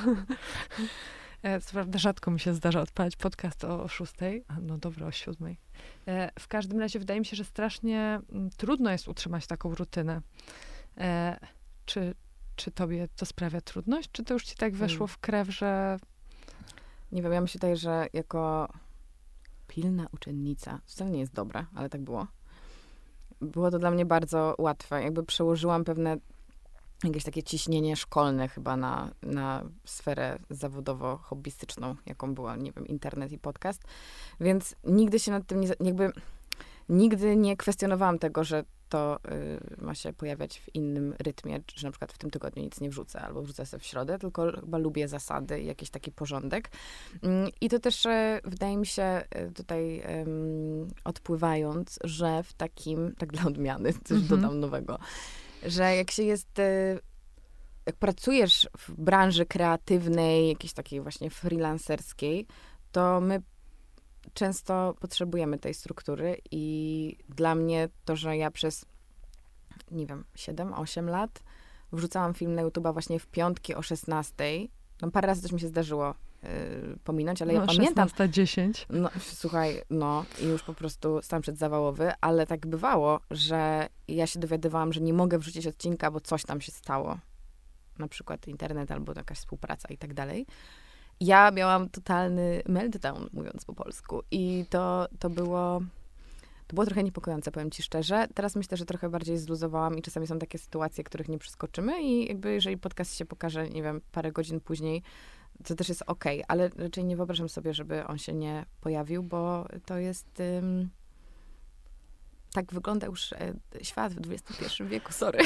E, Co prawda rzadko mi się zdarza odpalać podcast o, o szóstej. A, no dobra, o siódmej. E, w każdym razie wydaje mi się, że strasznie m, trudno jest utrzymać taką rutynę. E, czy, czy tobie to sprawia trudność? Czy to już ci tak weszło w krew, że... Nie wiem, ja myślę tutaj, że jako pilna uczennica, wcale nie jest dobre, ale tak było. Było to dla mnie bardzo łatwe. Jakby przełożyłam pewne jakieś takie ciśnienie szkolne chyba na, na sferę zawodowo-hobbystyczną, jaką była, nie wiem, internet i podcast. Więc nigdy się nad tym nie, jakby, nigdy nie kwestionowałam tego, że to y, ma się pojawiać w innym rytmie, że na przykład w tym tygodniu nic nie wrzucę, albo wrzucę sobie w środę, tylko chyba lubię zasady i jakiś taki porządek. Mm, I to też y, wydaje mi się y, tutaj y, odpływając, że w takim, tak dla odmiany, coś Mhm. dodam nowego, że jak się jest, y, jak pracujesz w branży kreatywnej, jakiejś takiej właśnie freelancerskiej, to my często potrzebujemy tej struktury i dla mnie to, że ja przez, nie wiem, siedem osiem lat wrzucałam film na YouTube'a właśnie w piątki o szesnastej. No parę razy też mi się zdarzyło yy, pominąć, ale no, ja pamiętam... szesnasta dziesięć. No, słuchaj, no i już po prostu stan przedzawałowy, ale tak bywało, że ja się dowiadywałam, że nie mogę wrzucić odcinka, bo coś tam się stało. Na przykład internet albo jakaś współpraca i tak dalej. Ja miałam totalny meltdown, mówiąc po polsku. I to, to było... To było trochę niepokojące, powiem ci szczerze. Teraz myślę, że trochę bardziej zluzowałam i czasami są takie sytuacje, których nie przeskoczymy i jakby jeżeli podcast się pokaże, nie wiem, parę godzin później, to też jest okej, ale raczej nie wyobrażam sobie, żeby on się nie pojawił, bo to jest... Ym, tak wygląda już e, świat w dwudziestym pierwszym wieku, sorry.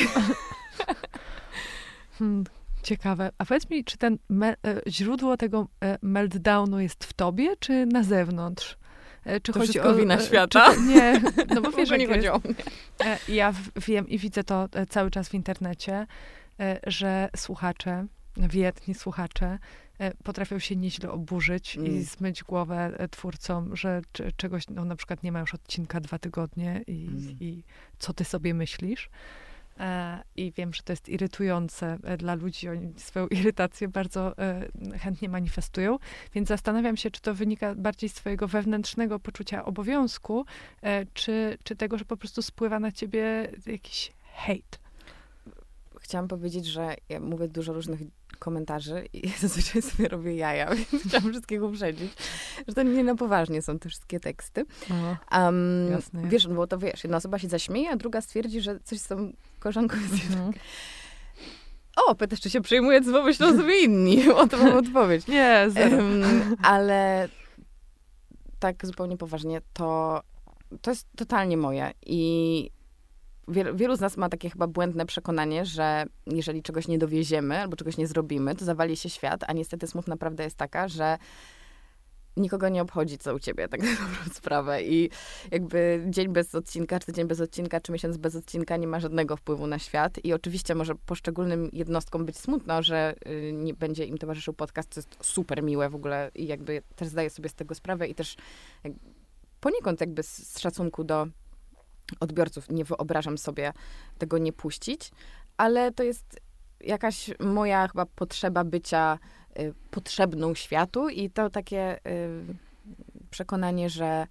Hmm, ciekawe. A powiedz mi, czy ten me- e, źródło tego e, meltdownu jest w tobie, czy na zewnątrz? E, Czy To chodzi wszystko o wina e, świata? Czy, nie, no bo wiesz, nie jak chodzi jest. o mnie. E, Ja w- wiem i widzę to e, cały czas w internecie, e, że słuchacze, wierni słuchacze, e, potrafią się nieźle oburzyć i Mm. zmyć głowę e, twórcom, że c- czegoś, no na przykład nie ma już odcinka dwa tygodnie i, Mm. i co ty sobie myślisz? E, I wiem, że to jest irytujące e, dla ludzi. Oni swoją irytację bardzo e, chętnie manifestują. Więc zastanawiam się, czy to wynika bardziej z twojego wewnętrznego poczucia obowiązku, e, czy, czy tego, że po prostu spływa na ciebie jakiś hejt. Chciałam powiedzieć, że ja mówię dużo różnych komentarzy i zazwyczaj sobie robię jaja, więc chciałam wszystkich uprzedzić, że to nie na poważnie są te wszystkie teksty. Um, Jasne. wiesz, bo to wiesz, jedna osoba się zaśmieje, a druga stwierdzi, że coś z tą koleżanką jest Mhm. O, pytasz, czy się przejmuje, co pomyślą sobie inni. O to mam odpowiedź. Nie, zero. Um, ale tak zupełnie poważnie, to, to jest totalnie moje. I wielu, wielu z nas ma takie chyba błędne przekonanie, że jeżeli czegoś nie dowieziemy albo czegoś nie zrobimy, to zawali się świat, a niestety smutna prawda jest taka, że nikogo nie obchodzi, co u ciebie, tak na dobrą sprawę. I jakby dzień bez odcinka, czy tydzień bez odcinka, czy miesiąc bez odcinka nie ma żadnego wpływu na świat. I oczywiście może poszczególnym jednostkom być smutno, że y, nie będzie im towarzyszył podcast, co jest super miłe w ogóle i jakby też zdaję sobie z tego sprawę i też jak, poniekąd jakby z, z szacunku do odbiorców nie wyobrażam sobie tego nie puścić, ale to jest jakaś moja chyba potrzeba bycia y, potrzebną światu i to takie y, przekonanie, że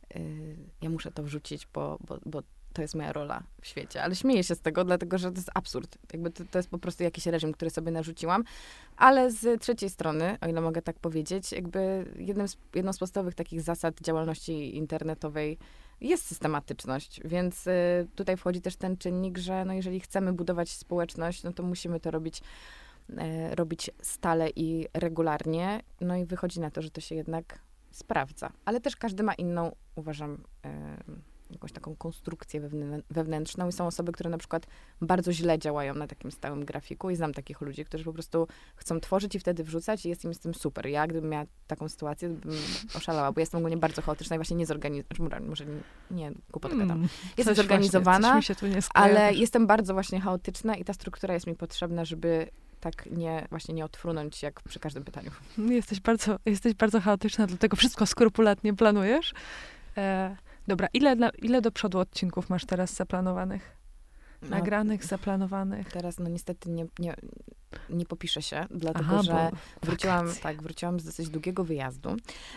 y, ja muszę to wrzucić, bo, bo, bo to jest moja rola w świecie. Ale śmieję się z tego, dlatego, że to jest absurd. Jakby to, to jest po prostu jakiś reżim, który sobie narzuciłam. Ale z trzeciej strony, o ile mogę tak powiedzieć, jakby jednym z, jedną z podstawowych takich zasad działalności internetowej jest systematyczność, więc y, tutaj wchodzi też ten czynnik, że no, jeżeli chcemy budować społeczność, no to musimy to robić, y, robić stale i regularnie. No i wychodzi na to, że to się jednak sprawdza. Ale też każdy ma inną, uważam, y, jakąś taką konstrukcję wewnę- wewnętrzną i są osoby, które na przykład bardzo źle działają na takim stałym grafiku i znam takich ludzi, którzy po prostu chcą tworzyć i wtedy wrzucać i jest im z tym super. Ja gdybym miała taką sytuację, bym oszalała, bo jestem ogólnie bardzo chaotyczna i właśnie niezorganizowana, może nie, nie głupotka tam. Mm, Jestem coś zorganizowana, właśnie, coś mi się tu nie skleja, ale też. jestem bardzo właśnie chaotyczna i ta struktura jest mi potrzebna, żeby tak nie, właśnie nie odfrunąć jak przy każdym pytaniu. Jesteś bardzo, jesteś bardzo chaotyczna, dlatego wszystko skrupulatnie planujesz. E, dobra, ile, na, ile do przodu odcinków masz teraz zaplanowanych? Nagranych, No, zaplanowanych? teraz no niestety nie, nie, nie popiszę się, dlatego Aha, że bo wróciłam, wakacje. tak, wróciłam z dosyć długiego wyjazdu.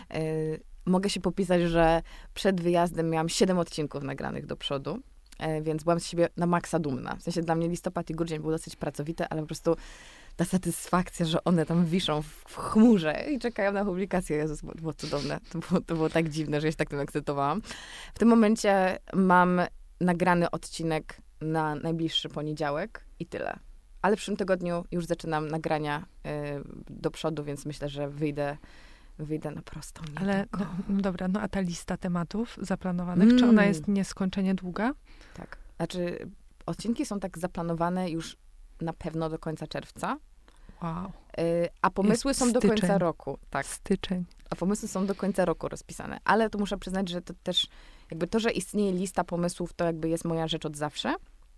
Y, mogę się popisać, że przed wyjazdem miałam siedem odcinków nagranych do przodu, y, więc byłam z siebie na maksa dumna. W sensie dla mnie listopad i grudzień były dosyć pracowite, ale po prostu ta satysfakcja, że one tam wiszą w, w chmurze i czekają na publikację. Jezus, było, było cudowne. To było, to było tak dziwne, że ja się tak tym ekscytowałam. W tym momencie mam nagrany odcinek na najbliższy poniedziałek i tyle. Ale w przyszłym tygodniu już zaczynam nagrania y, do przodu, więc myślę, że wyjdę, wyjdę na prostą. Ale no, no dobra, no a ta lista tematów zaplanowanych, mm. czy ona jest nieskończenie długa? Tak. Znaczy, odcinki są tak zaplanowane już na pewno do końca czerwca. Wow. Y, a pomysły Jest są styczeń. do końca roku. Tak. Styczeń. A pomysły są do końca roku rozpisane. Ale to muszę przyznać, że to też jakby to, że istnieje lista pomysłów, to jakby jest moja rzecz od zawsze.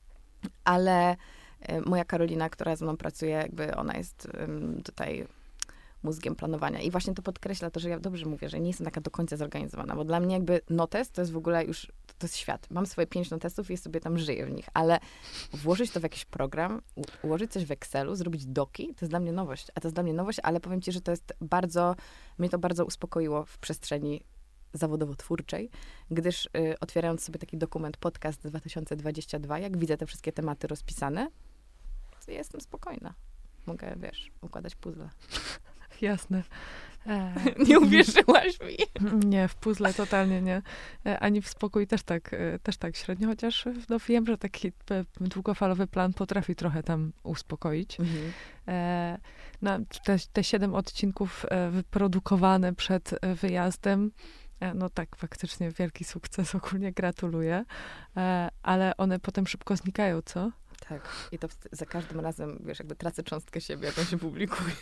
Ale y, moja Karolina, która ze mną pracuje, jakby ona jest y, tutaj mózgiem planowania. I właśnie to podkreśla to, że ja dobrze mówię, że nie jestem taka do końca zorganizowana, bo dla mnie jakby notest to jest w ogóle już, to, to jest świat. Mam swoje pięć notestów i sobie tam żyję w nich, ale włożyć to w jakiś program, u, ułożyć coś w Excelu, zrobić doki, to jest dla mnie nowość. A to jest dla mnie nowość, ale powiem ci, że to jest bardzo, mnie to bardzo uspokoiło w przestrzeni zawodowo-twórczej, gdyż y, otwierając sobie taki dokument podcast dwa tysiące dwudziesty drugi, jak widzę te wszystkie tematy rozpisane, to ja jestem spokojna. Mogę, wiesz, układać puzzle. Jasne. E, Nie uwierzyłaś mi. Nie, w puzzle totalnie nie. E, ani w spokój też tak, e, też tak średnio, chociaż no, wiem, że taki e, długofalowy plan potrafi trochę tam uspokoić. Mhm. E, no, te, te siedem odcinków e, wyprodukowane przed e, wyjazdem, e, no tak, faktycznie wielki sukces, ogólnie gratuluję. E, ale one potem szybko znikają, co? Tak. I to w- za każdym razem, wiesz, jakby tracę cząstkę siebie, jak on się publikuje.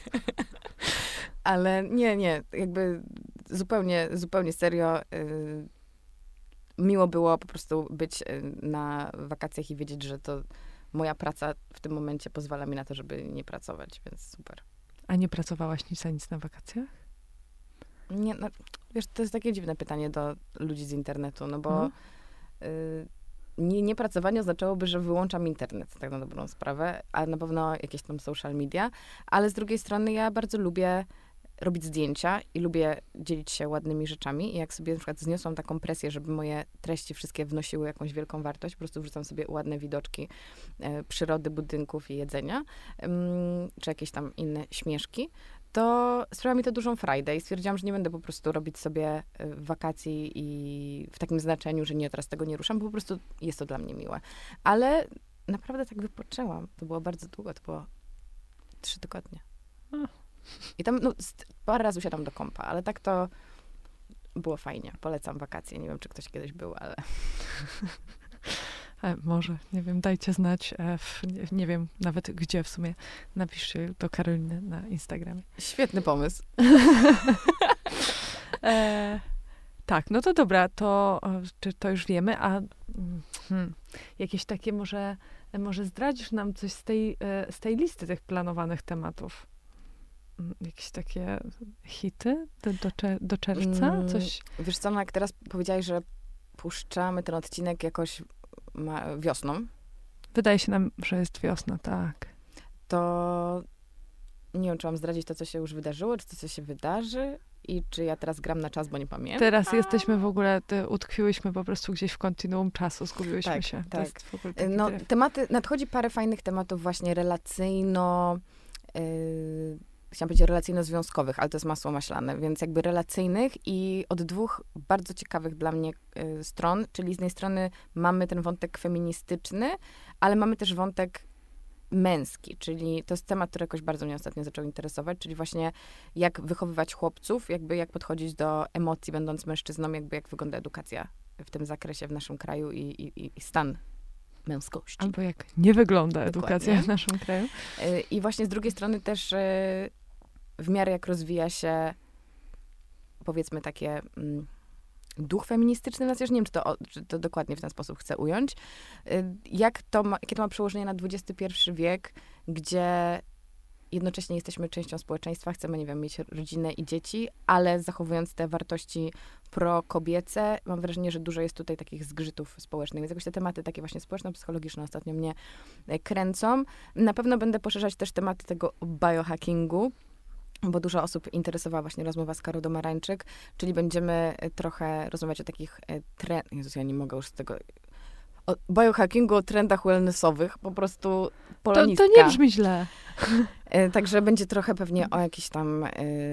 Ale nie, nie, jakby zupełnie, zupełnie serio. y, miło było po prostu być y, na wakacjach i wiedzieć, że to moja praca w tym momencie pozwala mi na to, żeby nie pracować, więc super. A nie pracowałaś nic za nic na wakacjach? Nie, no, wiesz, to jest takie dziwne pytanie do ludzi z internetu, no bo No. y, nie, niepracowanie oznaczałoby, że wyłączam internet, tak na dobrą sprawę, a na pewno jakieś tam social media, ale z drugiej strony ja bardzo lubię robić zdjęcia i lubię dzielić się ładnymi rzeczami i jak sobie na przykład zniosłam taką presję, żeby moje treści wszystkie wnosiły jakąś wielką wartość, po prostu wrzucam sobie ładne widoczki e, przyrody, budynków i jedzenia, ym, czy jakieś tam inne śmieszki, to sprawia mi to dużą frajdę i stwierdziłam, że nie będę po prostu robić sobie e, wakacji i w takim znaczeniu, że nie, teraz tego nie ruszam, bo po prostu jest to dla mnie miłe. Ale naprawdę tak wypoczęłam. To było bardzo długo, to było trzy tygodnie. I tam, no, st- parę razy usiadłam do kompa, ale tak to było fajnie. Polecam wakacje. Nie wiem, czy ktoś kiedyś był, ale... E, może, nie wiem, dajcie znać, e, w, nie, nie wiem nawet gdzie w sumie. Napiszcie do Karoliny na Instagramie. Świetny pomysł. E, tak, no to dobra, to, e, czy to już wiemy, a mm, hmm, jakieś takie może, może zdradzisz nam coś z tej, e, z tej listy tych planowanych tematów? jakieś takie hity do, do, cze- do czerwca? Coś? Mm, wiesz co, no jak teraz powiedziałaś, że puszczamy ten odcinek jakoś ma- wiosną, Wydaje się nam, że jest wiosna, tak. to nie wiem, czy mam zdradzić to, co się już wydarzyło, czy to, co się wydarzy i czy ja teraz gram na czas, bo nie pamiętam. Teraz jesteśmy w ogóle, te, utkwiłyśmy po prostu gdzieś w kontinuum czasu, zgubiłyśmy Tak, się. To tak. jest w ogóle taki No, tryb. tematy, nadchodzi parę fajnych tematów właśnie relacyjno, yy, chciałam powiedzieć relacyjno-związkowych, ale to jest masło maślane, więc jakby relacyjnych i od dwóch bardzo ciekawych dla mnie yy, stron, czyli z jednej strony mamy ten wątek feministyczny, ale mamy też wątek męski, czyli to jest temat, który jakoś bardzo mnie ostatnio zaczął interesować, czyli właśnie jak wychowywać chłopców, jakby jak podchodzić do emocji, będąc mężczyzną, jakby jak wygląda edukacja w tym zakresie w naszym kraju i, i, i stan męskości. Albo jak nie wygląda edukacja Dokładnie. w naszym kraju. Y, I właśnie z drugiej strony też y, w miarę jak rozwija się powiedzmy takie mm, duch feministyczny, no, nie wiem, czy to, o- czy to dokładnie w ten sposób chcę ująć. Y, Jak to ma, jakie to ma przełożenie na dwudziesty pierwszy wiek, gdzie jednocześnie jesteśmy częścią społeczeństwa, chcemy, nie wiem, mieć rodzinę i dzieci, ale zachowując te wartości pro-kobiece, mam wrażenie, że dużo jest tutaj takich zgrzytów społecznych. Więc jakoś te tematy takie właśnie społeczno-psychologiczne ostatnio mnie e, kręcą. Na pewno będę poszerzać też tematy tego biohackingu, bo dużo osób interesowała właśnie rozmowa z Karą Domarańczyk, czyli będziemy e, trochę rozmawiać o takich e, trendach. Jezus, ja nie mogę już z tego... O biohackingu, o trendach wellnessowych, po prostu To, polonistka. to nie brzmi źle. E, Także będzie trochę pewnie o jakichś tam e,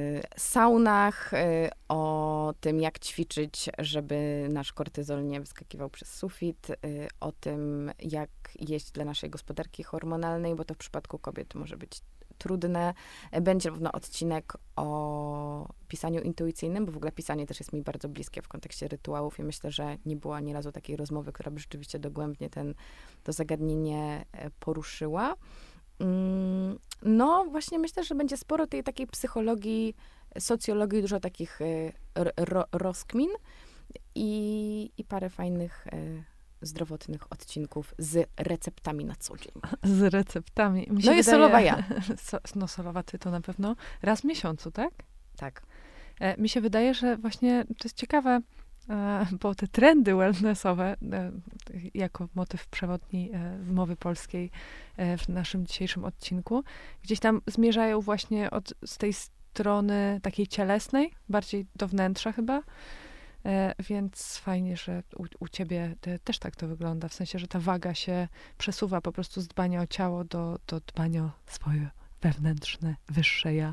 saunach, e, o tym, jak ćwiczyć, żeby nasz kortyzol nie wyskakiwał przez sufit, e, o tym, jak jeść dla naszej gospodarki hormonalnej, bo to w przypadku kobiet może być trudne. E, Będzie równo odcinek o pisaniu intuicyjnym, bo w ogóle pisanie też jest mi bardzo bliskie w kontekście rytuałów i myślę, że nie było ani razu takiej rozmowy, która by rzeczywiście dogłębnie ten, to zagadnienie e, poruszyła. Mm, No, właśnie myślę, że będzie sporo tej takiej psychologii, socjologii, dużo takich y, ro, ro, rozkmin i, i parę fajnych y, zdrowotnych odcinków z receptami na co dzień. Z receptami. Mi No i solowa ja. So, no solowa ty to na pewno raz w miesiącu, tak? Tak. E, mi się wydaje, że właśnie to jest ciekawe, e, bo te trendy wellnessowe, e, jako motyw przewodni e, mowy polskiej e, w naszym dzisiejszym odcinku, gdzieś tam zmierzają właśnie od, z tej strony takiej cielesnej, bardziej do wnętrza chyba. E, więc fajnie, że u, u ciebie te, też tak to wygląda, w sensie, że ta waga się przesuwa po prostu z dbania o ciało do, do dbania o swoje wewnętrzne, wyższe ja.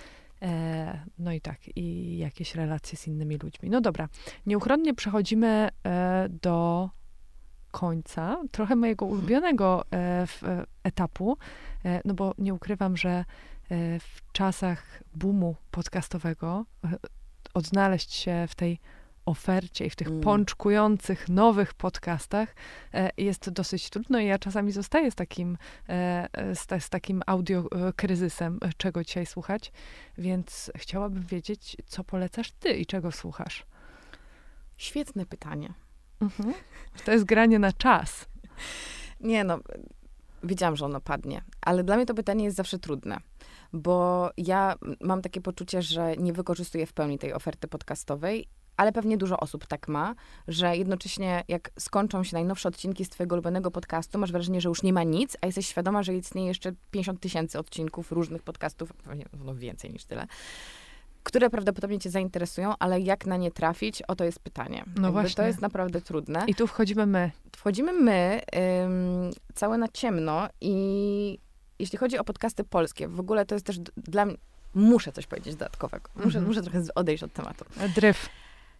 E, no i tak, i jakieś relacje z innymi ludźmi. No dobra, nieuchronnie przechodzimy e, do końca, trochę mojego ulubionego e, w, e, etapu, e, no bo nie ukrywam, że e, w czasach boomu podcastowego e, odnaleźć się w tej ofercie i w tych Mm. pączkujących nowych podcastach e, jest dosyć trudno i ja czasami zostaję z takim, e, z, ta- z takim audio e, kryzysem, e, czego dzisiaj słuchać, więc chciałabym wiedzieć, co polecasz ty i czego słuchasz. Świetne pytanie. Mhm. To jest granie na czas. Nie no, wiedziałam, że ono padnie, ale dla mnie to pytanie jest zawsze trudne, bo ja mam takie poczucie, że nie wykorzystuję w pełni tej oferty podcastowej, ale pewnie dużo osób tak ma, że jednocześnie jak skończą się najnowsze odcinki z twojego ulubionego podcastu, masz wrażenie, że już nie ma nic, a jesteś świadoma, że istnieje jeszcze pięćdziesiąt tysięcy odcinków różnych podcastów, pewnie no więcej niż tyle, które prawdopodobnie cię zainteresują, ale jak na nie trafić, o to jest pytanie. No Jakby właśnie. To jest naprawdę trudne. I tu wchodzimy my. Wchodzimy my, ym, całe na ciemno i jeśli chodzi o podcasty polskie, w ogóle to jest też d- dla mnie, muszę coś powiedzieć dodatkowego. Muszę, Mhm. muszę trochę z- odejść od tematu. Dryf.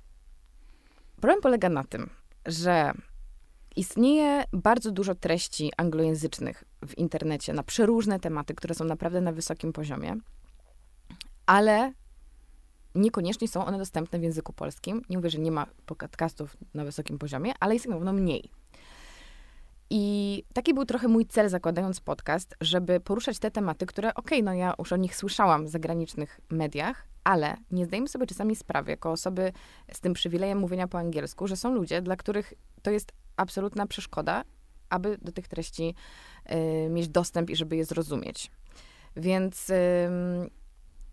Problem polega na tym, że istnieje bardzo dużo treści anglojęzycznych w internecie na przeróżne tematy, które są naprawdę na wysokim poziomie, ale niekoniecznie są one dostępne w języku polskim. Nie mówię, że nie ma podcastów na wysokim poziomie, ale jest ich na pewno mniej. I taki był trochę mój cel, zakładając podcast, żeby poruszać te tematy, które, okej, no ja już o nich słyszałam w zagranicznych mediach, ale nie zdajemy sobie czasami sprawy, jako osoby z tym przywilejem mówienia po angielsku, że są ludzie, dla których to jest absolutna przeszkoda, aby do tych treści y, mieć dostęp i żeby je zrozumieć. Więc y,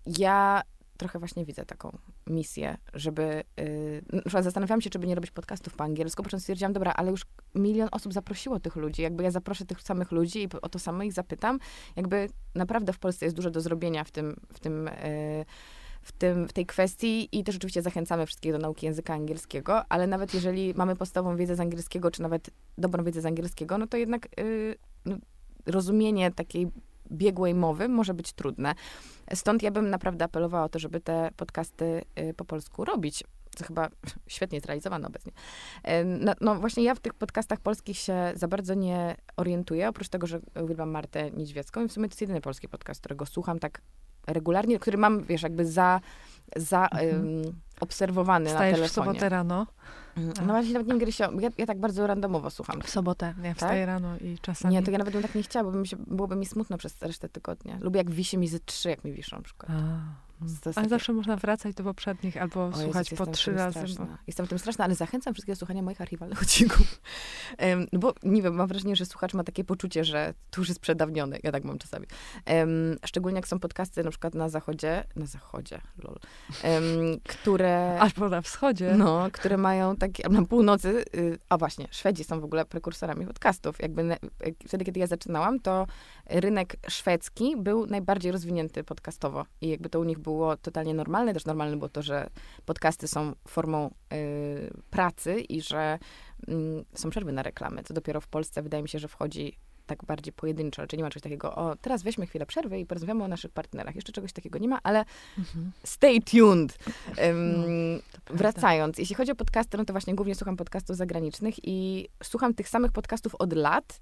ja trochę właśnie widzę taką misję, żeby... Yy, na przykład zastanawiałam się, czy by nie robić podcastów po angielsku, po czym stwierdziłam, dobra, ale już milion osób zaprosiło tych ludzi. Jakby ja zaproszę tych samych ludzi i o to samo ich zapytam. Jakby naprawdę w Polsce jest dużo do zrobienia w tym... W tym yy, W, tym, w tej kwestii i też oczywiście zachęcamy wszystkich do nauki języka angielskiego, ale nawet jeżeli mamy podstawową wiedzę z angielskiego, czy nawet dobrą wiedzę z angielskiego, no to jednak yy, no, rozumienie takiej biegłej mowy może być trudne. Stąd ja bym naprawdę apelowała o to, żeby te podcasty yy, po polsku robić, co chyba świetnie jest realizowane obecnie. Yy, no, no właśnie ja w tych podcastach polskich się za bardzo nie orientuję, oprócz tego, że uwielbiam Martę Niedźwiecką i w sumie to jest jedyny polski podcast, którego słucham tak regularnie, który mam, wiesz, jakby za, za mhm. um, obserwowany Wstajesz na telefonie. w sobotę rano? No właśnie, nawet nie wiem, kiedy się... Ja, ja tak bardzo randomowo słucham. W sobotę. Ja wstaję tak? rano i czasami... Nie, to ja nawet bym tak nie chciała, bo by się, byłoby mi smutno przez resztę tygodnia. Lubię, jak wisi mi ze trzy, jak mi wiszą na przykład. A. Ale takie... zawsze można wracać do poprzednich albo o, słuchać Jezus, po trzy razy. Bo... Jestem w tym straszna, ale zachęcam wszystkich do słuchania moich archiwalnych odcinków. Um, no bo nie wiem, mam wrażenie, że słuchacz ma takie poczucie, że to już jest przedawnione. Ja tak mam czasami. Um, szczególnie jak są podcasty na przykład na zachodzie, na zachodzie, lol, um, które... Albo na wschodzie. No, które mają takie, na północy, y, a właśnie, Szwedzi są w ogóle prekursorami podcastów. Jakby ne, wtedy, kiedy ja zaczynałam, to rynek szwedzki był najbardziej rozwinięty podcastowo i jakby to u nich było było totalnie normalne. Też normalne było to, że podcasty są formą y, pracy i że y, są przerwy na reklamy, co dopiero w Polsce wydaje mi się, że wchodzi tak bardziej pojedynczo, czyli nie ma czegoś takiego, o, teraz weźmy chwilę przerwy i porozmawiamy o naszych partnerach. Jeszcze czegoś takiego nie ma, ale mhm. stay tuned. Um, no, wracając, jeśli chodzi o podcasty, no to właśnie głównie słucham podcastów zagranicznych i słucham tych samych podcastów od lat.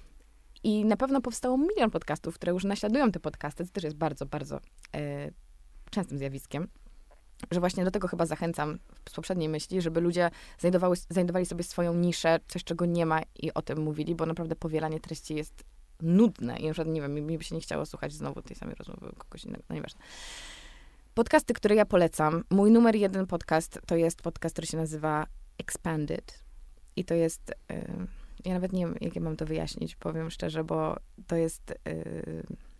I na pewno powstało milion podcastów, które już naśladują te podcasty, co też jest bardzo, bardzo e, częstym zjawiskiem, że właśnie do tego chyba zachęcam z poprzedniej myśli, żeby ludzie znajdowały, znajdowali sobie swoją niszę, coś, czego nie ma i o tym mówili, bo naprawdę powielanie treści jest nudne i na przykład, nie wiem, mi, mi by się nie chciało słuchać znowu tej samej rozmowy kogoś innego, no nieważne. Podcasty, które ja polecam, mój numer jeden podcast to jest podcast, który się nazywa Expanded i to jest... Y, ja nawet nie wiem, jak ja mam to wyjaśnić, powiem szczerze, bo to jest, yy,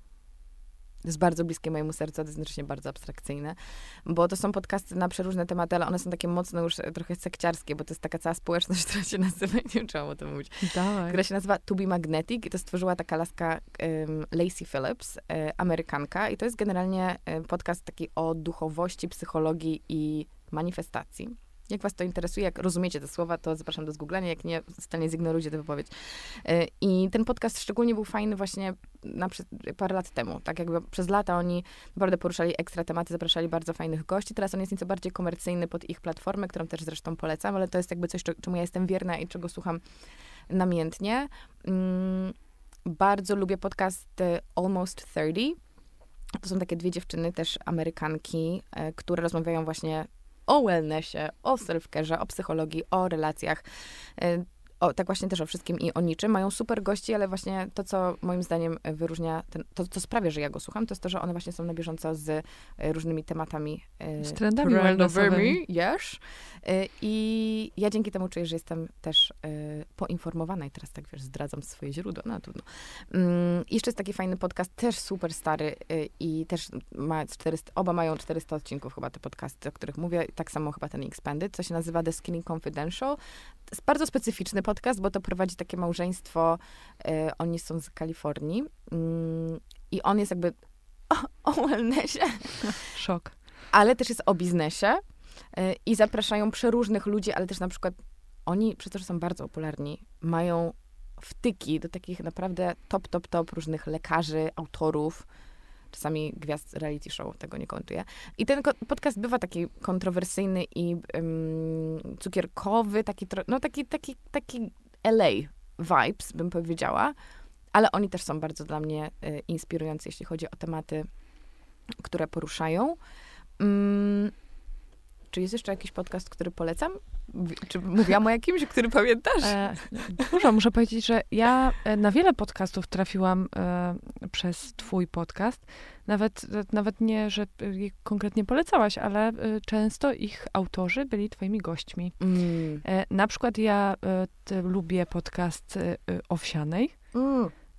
jest bardzo bliskie mojemu sercu, to jest znacznie bardzo abstrakcyjne, bo to są podcasty na przeróżne tematy, ale one są takie mocno już trochę sekciarskie, bo to jest taka cała społeczność, która się nazywa, nie wiem, czy mam o tym mówić, Dawaj. która się nazywa To Be Magnetic i to stworzyła taka laska um, Lacey Phillips, y, Amerykanka i to jest generalnie y, podcast taki o duchowości, psychologii i manifestacji. Jak was to interesuje, jak rozumiecie te słowa, to zapraszam do zgooglania, jak nie, totalnie zignorujcie tę wypowiedź. I ten podcast szczególnie był fajny właśnie na parę lat temu. Tak jakby przez lata oni naprawdę poruszali ekstra tematy, zapraszali bardzo fajnych gości. Teraz on jest nieco bardziej komercyjny pod ich platformę, którą też zresztą polecam, ale to jest jakby coś, czemu ja jestem wierna i czego słucham namiętnie. Bardzo lubię podcast Almost trzydzieści. To są takie dwie dziewczyny, też Amerykanki, które rozmawiają właśnie o wellnessie, o self-care'ze, o psychologii, o relacjach, o, tak właśnie też o wszystkim i o niczym. Mają super gości, ale właśnie to, co moim zdaniem wyróżnia, ten, to, co sprawia, że ja go słucham, to jest to, że one właśnie są na bieżąco z różnymi tematami. Z trendami wellnessowymi. Yes. I ja dzięki temu czuję, że jestem też poinformowana i teraz tak, wiesz, zdradzam swoje źródła, no trudno. I jeszcze jest taki fajny podcast, też super stary i też ma czterysta, oba mają czterysta odcinków chyba te podcasty, o których mówię, tak samo chyba ten Expanded, co się nazywa The Skinny Confidential. To jest bardzo specyficzny podcast, bo to prowadzi takie małżeństwo, y, oni są z Kalifornii y, i on jest jakby o, o wellnessie. Szok. Ale też jest o biznesie y, i zapraszają przeróżnych ludzi, ale też na przykład oni, przez to, że są bardzo popularni, mają wtyki do takich naprawdę top, top, top różnych lekarzy, autorów, czasami gwiazd reality show, tego nie komentuję. I ten podcast bywa taki kontrowersyjny i um, cukierkowy, taki, no taki, taki, taki L A vibes, bym powiedziała, ale oni też są bardzo dla mnie y, inspirujący, jeśli chodzi o tematy, które poruszają. Um, czy jest jeszcze jakiś podcast, który polecam? Czy mówiłam o jakimś, który pamiętasz? E, dużo. Muszę powiedzieć, że ja na wiele podcastów trafiłam e, przez twój podcast. Nawet, nawet nie, że je konkretnie polecałaś, ale e, często ich autorzy byli twoimi gośćmi. Mm. E, na przykład ja e, te, lubię podcast e, Owsianej. Mm.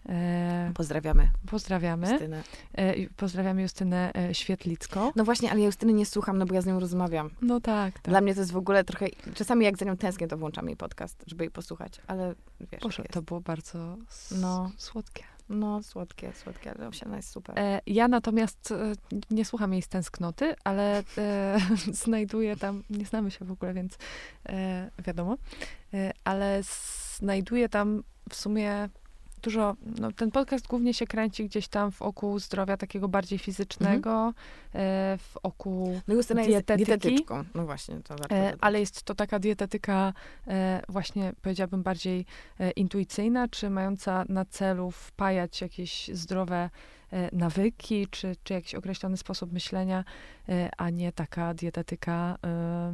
E, Pozdrawiamy. Pozdrawiamy. Justynę. E, pozdrawiamy Justynę e, Świetlicką. No właśnie, ale ja Justyny nie słucham, no bo ja z nią rozmawiam. No tak, tak. Dla mnie to jest w ogóle trochę... Czasami jak za nią tęsknię, to włączam jej podcast, żeby jej posłuchać, ale wiesz, Boże, jak to jest. było bardzo s- No. słodkie. No, słodkie, słodkie, ale ona jest super. E, ja natomiast e, nie słucham jej z tęsknoty, ale e, znajduję tam, nie znamy się w ogóle, więc e, wiadomo, e, ale znajduję tam w sumie dużo, no ten podcast głównie się kręci gdzieś tam wokół zdrowia takiego bardziej fizycznego, e, wokół No Justyna jest dietetyki. dietetyczką. No właśnie, to warto E, dodać. ale jest to taka dietetyka e, właśnie, powiedziałabym, bardziej e, intuicyjna, czy mająca na celu wpajać jakieś zdrowe e, nawyki, czy, czy jakiś określony sposób myślenia, e, a nie taka dietetyka e,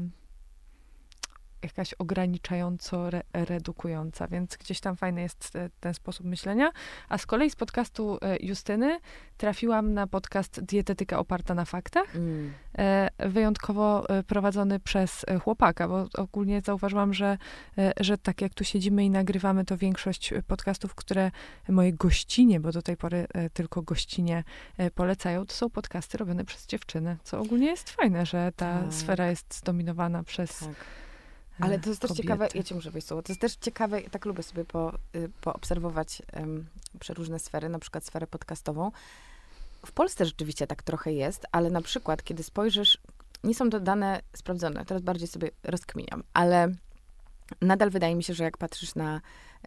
jakaś ograniczająco re, redukująca, więc gdzieś tam fajny jest e, ten sposób myślenia. A z kolei z podcastu e, Justyny trafiłam na podcast Dietetyka oparta na faktach, Mm. e, wyjątkowo e, prowadzony przez e, chłopaka, bo ogólnie zauważyłam, że, e, że tak jak tu siedzimy i nagrywamy, to większość podcastów, które moje gościnie, bo do tej pory e, tylko gościnie e, polecają, to są podcasty robione przez dziewczyny, co ogólnie jest fajne, że ta Tak. sfera jest zdominowana przez Tak. Ale to jest też kobiety. ciekawe, ja cię muszę wejść słowo, to jest też ciekawe, ja tak lubię sobie po, y, poobserwować um, przeróżne sfery, na przykład sferę podcastową. W Polsce rzeczywiście tak trochę jest, ale na przykład, kiedy spojrzysz, nie są to dane sprawdzone, teraz bardziej sobie rozkminiam, ale nadal wydaje mi się, że jak patrzysz na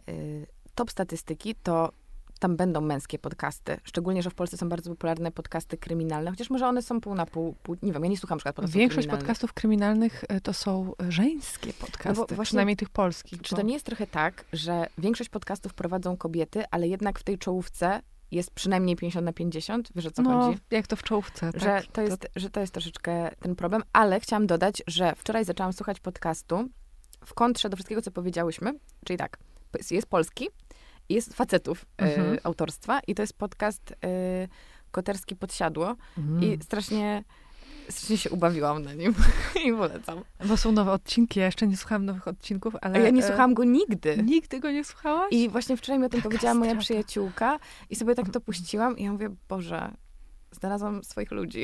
y, top statystyki, to tam będą męskie podcasty. Szczególnie, że w Polsce są bardzo popularne podcasty kryminalne, chociaż może one są pół na pół, pół nie wiem, ja nie słucham na przykład podcastów Większość kryminalnych. podcastów kryminalnych e, to są żeńskie podcasty, No bo właśnie- przynajmniej tych polskich. Czy bo- to nie jest trochę tak, że większość podcastów prowadzą kobiety, ale jednak w tej czołówce jest przynajmniej pięćdziesiąt na pięćdziesiąt? Wiesz, o co no, chodzi? jak to w czołówce, Że tak? to, jest, że to jest troszeczkę ten problem, ale chciałam dodać, że wczoraj zaczęłam słuchać podcastu w kontrze do wszystkiego, co powiedziałyśmy, czyli tak, jest polski, jest facetów Mhm. y, autorstwa i to jest podcast y, Koterski Podsiadło Mm. i strasznie, strasznie się ubawiłam na nim i polecam. Bo są nowe odcinki, ja jeszcze nie słuchałam nowych odcinków, A ale... ja nie e, słuchałam go nigdy. Nigdy go nie słuchałaś? I właśnie wczoraj mi o tym Taka powiedziała moja strata. przyjaciółka i sobie tak to puściłam i ja mówię, Boże, znalazłam swoich ludzi.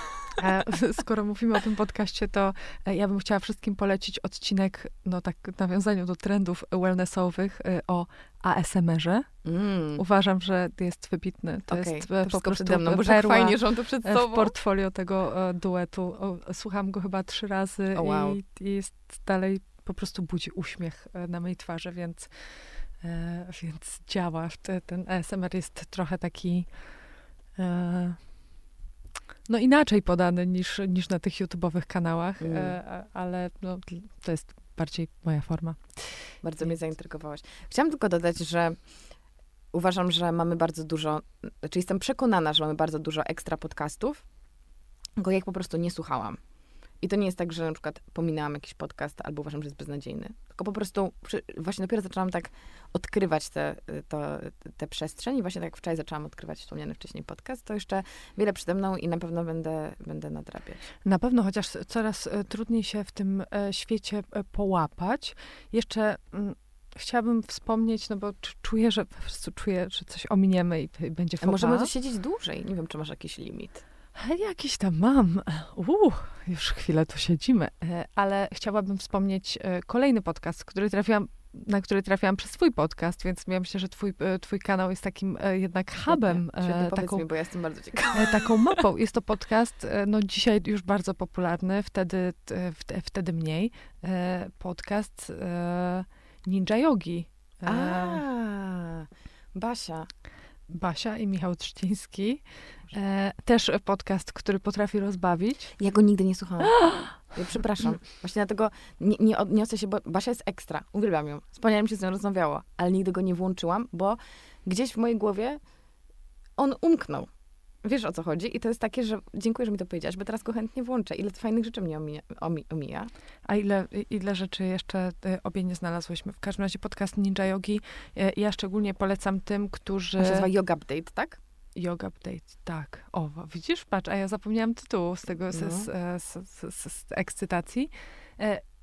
E, skoro mówimy o tym podcaście, to e, ja bym chciała wszystkim polecić odcinek, no tak w nawiązaniu do trendów wellnessowych e, o A S M R-ze. Mm. Uważam, że jest wybitny. To Okej, jest to e, po wszystko prostu przede mną, bo że perła fajnie, że on to przed e, sobą. w portfolio tego e, duetu. O, słucham go chyba trzy razy O, wow. i, i jest dalej, po prostu budzi uśmiech e, na mojej twarzy, więc, e, więc działa. Te, ten A S M R jest trochę taki e, no inaczej podany niż, niż na tych YouTube'owych kanałach, Mm. e, a- ale no, to jest bardziej moja forma. Bardzo mnie zaintrygowałaś. Chciałam tylko dodać, że uważam, że mamy bardzo dużo, znaczy jestem przekonana, że mamy bardzo dużo ekstra podcastów, tylko ja ich po prostu nie słuchałam. I to nie jest tak, że na przykład pominęłam jakiś podcast albo uważam, że jest beznadziejny. Tylko po prostu przy, właśnie dopiero zaczęłam tak odkrywać tę te, to, te przestrzeń i właśnie tak jak wczoraj zaczęłam odkrywać wspomniany wcześniej podcast, to jeszcze wiele przede mną i na pewno będę, będę nadrabiać. Na pewno, chociaż coraz e, trudniej się w tym e, świecie e, połapać. Jeszcze mm, chciałabym wspomnieć, no bo c- czuję, że po prostu czuję, że coś ominiemy i, i będzie A faux możemy pas. tu siedzieć dłużej. Nie wiem, czy masz jakiś limit. E, Jakiś tam mam. Uuu, już chwilę tu siedzimy. E, Ale chciałabym wspomnieć e, kolejny podcast, który trafiłam, na który trafiłam przez twój podcast, więc ja myślę, że twój, e, twój kanał jest takim e, jednak hubem, Świetnie, Świetnie e, powiedz taką mi, bo ja jestem bardzo ciekawa. E, taką mapą. Jest to podcast, e, no dzisiaj już bardzo popularny, wtedy, t- wte- wtedy mniej. E, Podcast e, Ninja Yogi. E, A, Basia. Basia i Michał Trzciński. E, Też podcast, który potrafi rozbawić. Ja go nigdy nie słuchałam. Ja przepraszam. Właśnie dlatego nie, nie odniosę się, bo Basia jest ekstra. Uwielbiam ją. Wspaniale mi się z nią rozmawiało. Ale nigdy go nie włączyłam, bo gdzieś w mojej głowie on umknął. Wiesz, o co chodzi? I to jest takie, że dziękuję, że mi to powiedziałaś, bo teraz go chętnie włączę. Ile fajnych rzeczy mnie omija. Omi, omija. A ile, ile rzeczy jeszcze e, obie nie znalazłyśmy. W każdym razie podcast Ninja Yogi e, ja szczególnie polecam tym, którzy... On się nazywa Yoga Update, tak? Yoga Update, tak. O, widzisz, patrz, a ja zapomniałam tytułu z tego, z, No. z, z, z, z, z ekscytacji. E,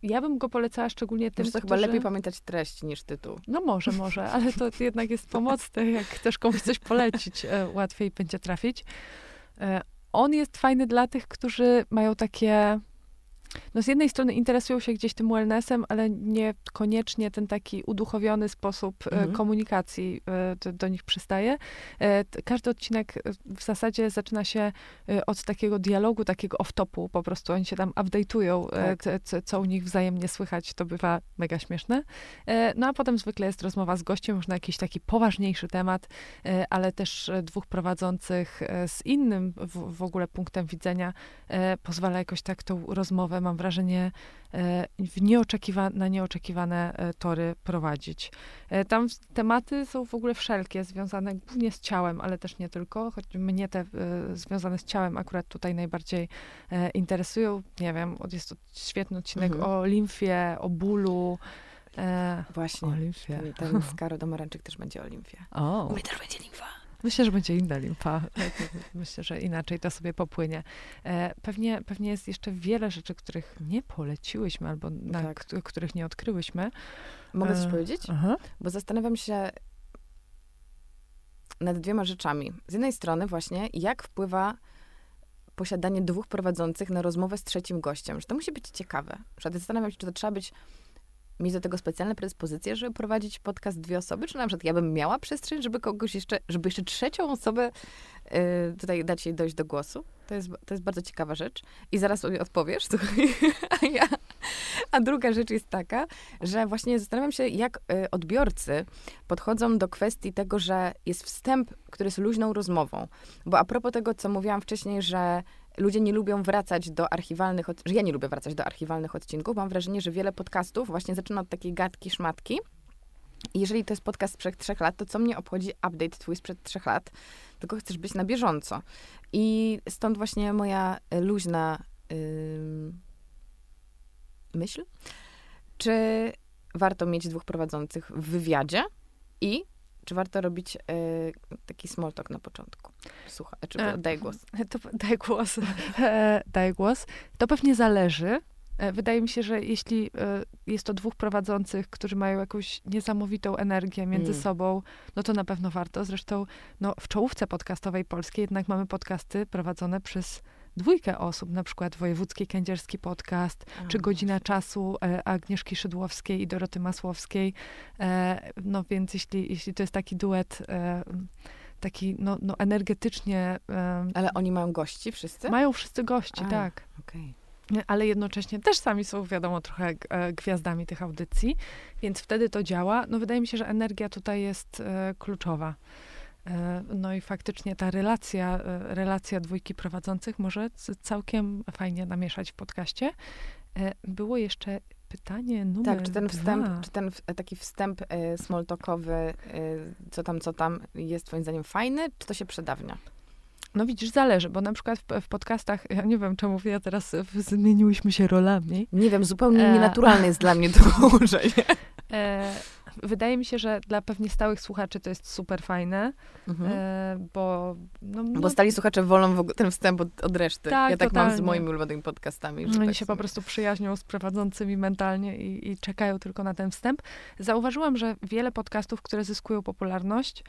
ja bym go polecała szczególnie tym, Wiesz, to którzy... chyba lepiej pamiętać treść niż tytuł. No może, może, ale to jednak jest pomocne, jak chcesz komuś coś polecić, e, łatwiej będzie trafić. E, on jest fajny dla tych, którzy mają takie... No z jednej strony interesują się gdzieś tym wellnessem, ale niekoniecznie ten taki uduchowiony sposób mhm. e, komunikacji e, do, do nich przystaje. E, t, każdy odcinek w zasadzie zaczyna się e, od takiego dialogu, takiego off-topu, po prostu oni się tam update'ują, tak. e, c, co u nich wzajemnie słychać, to bywa mega śmieszne. E, no a potem zwykle jest rozmowa z gościem już na jakiś taki poważniejszy temat, e, ale też dwóch prowadzących e, z innym w, w ogóle punktem widzenia e, pozwala jakoś tak tą rozmowę, mam wrażenie, w nieoczekiwa- na nieoczekiwane tory prowadzić. Tam tematy są w ogóle wszelkie, związane głównie z ciałem, ale też nie tylko, choć mnie te związane z ciałem akurat tutaj najbardziej interesują. Nie wiem, jest to świetny odcinek mhm. o limfie, o bólu. E, Właśnie. O limfie. Ten, ten z Karo Domarańczyk też będzie o limfie. O. U mnie też będzie limfa. Myślę, że będzie inna limfa. Myślę, że inaczej to sobie popłynie. E, pewnie, pewnie jest jeszcze wiele rzeczy, których nie poleciłyśmy, albo na tak. k- których nie odkryłyśmy. Mogę coś e, powiedzieć? Aha. Bo zastanawiam się nad dwiema rzeczami. Z jednej strony właśnie, jak wpływa posiadanie dwóch prowadzących na rozmowę z trzecim gościem. Że to musi być ciekawe. Zastanawiam się, czy to trzeba być mieć do tego specjalne predyspozycje, żeby prowadzić podcast dwie osoby, czy na przykład ja bym miała przestrzeń, żeby kogoś jeszcze, żeby jeszcze trzecią osobę y, tutaj dać jej dojść do głosu. To jest, to jest bardzo ciekawa rzecz. I zaraz sobie odpowiesz, słuchaj. A, ja, a druga rzecz jest taka, że właśnie zastanawiam się, jak y, odbiorcy podchodzą do kwestii tego, że jest wstęp, który jest luźną rozmową. Bo a propos tego, co mówiłam wcześniej, że ludzie nie lubią wracać do archiwalnych, od... że ja nie lubię wracać do archiwalnych odcinków. Mam wrażenie, że wiele podcastów właśnie zaczyna od takiej gadki, szmatki. I jeżeli to jest podcast sprzed trzech lat, to co mnie obchodzi update twój sprzed trzech lat? Tylko chcesz być na bieżąco. I stąd właśnie moja luźna yy, myśl. Czy warto mieć dwóch prowadzących w wywiadzie i czy warto robić y, taki small talk na początku? Słuchaj, czy e, daj głos. To, daj głos. E, daj głos. To pewnie zależy. E, wydaje mi się, że jeśli e, jest to dwóch prowadzących, którzy mają jakąś niesamowitą energię między mm. sobą, no to na pewno warto. Zresztą no, w czołówce podcastowej polskiej jednak mamy podcasty prowadzone przez dwójkę osób, na przykład Wojewódzki Kędzierski Podcast, A, czy Godzina właśnie. Czasu e, Agnieszki Szydłowskiej i Doroty Masłowskiej. E, no więc jeśli, jeśli to jest taki duet, e, taki no, no energetycznie... E, Ale oni mają gości wszyscy? Mają wszyscy gości, A, tak. Okay. Ale jednocześnie też sami są, wiadomo, trochę e, gwiazdami tych audycji, więc wtedy to działa. No wydaje mi się, że energia tutaj jest e, kluczowa. No i faktycznie ta relacja, relacja dwójki prowadzących może całkiem fajnie namieszać w podcaście. Było jeszcze pytanie numer Tak, czy ten wstęp, dwa. czy ten taki wstęp e, small talkowy, e, co tam, co tam, jest twoim zdaniem fajny, czy to się przedawnia? No widzisz, zależy, bo na przykład w, w podcastach, ja nie wiem czemu ja teraz zmieniłyśmy się rolami. Nie wiem, zupełnie e... nienaturalne jest dla mnie to położenie. E, Wydaje mi się, że dla pewnie stałych słuchaczy to jest super fajne, mhm. e, bo... No, no, bo stali słuchacze wolą w ogóle ten wstęp od, od reszty. Tak, ja tak totalnie. mam z moimi ulubionymi podcastami. Że Oni tak się sobie. po prostu przyjaźnią z prowadzącymi mentalnie i, i czekają tylko na ten wstęp. Zauważyłam, że wiele podcastów, które zyskują popularność,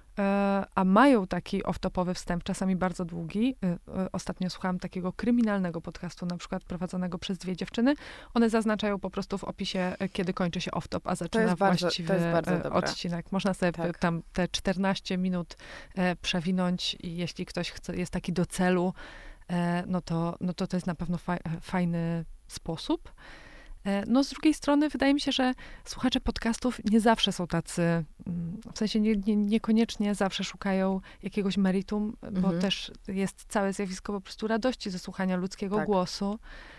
a mają taki off-topowy wstęp, czasami bardzo długi. Ostatnio słuchałam takiego kryminalnego podcastu, na przykład prowadzonego przez dwie dziewczyny. One zaznaczają po prostu w opisie, kiedy kończy się off-top, a zaczyna właściwy odcinek. Można sobie tak. tam te czternaście minut przewinąć i jeśli ktoś chce, jest taki do celu, no to, no to to jest na pewno fajny sposób. No z drugiej strony wydaje mi się, że słuchacze podcastów nie zawsze są tacy, w sensie nie, nie, niekoniecznie zawsze szukają jakiegoś meritum, bo mhm. też jest całe zjawisko po prostu radości ze słuchania ludzkiego tak. głosu,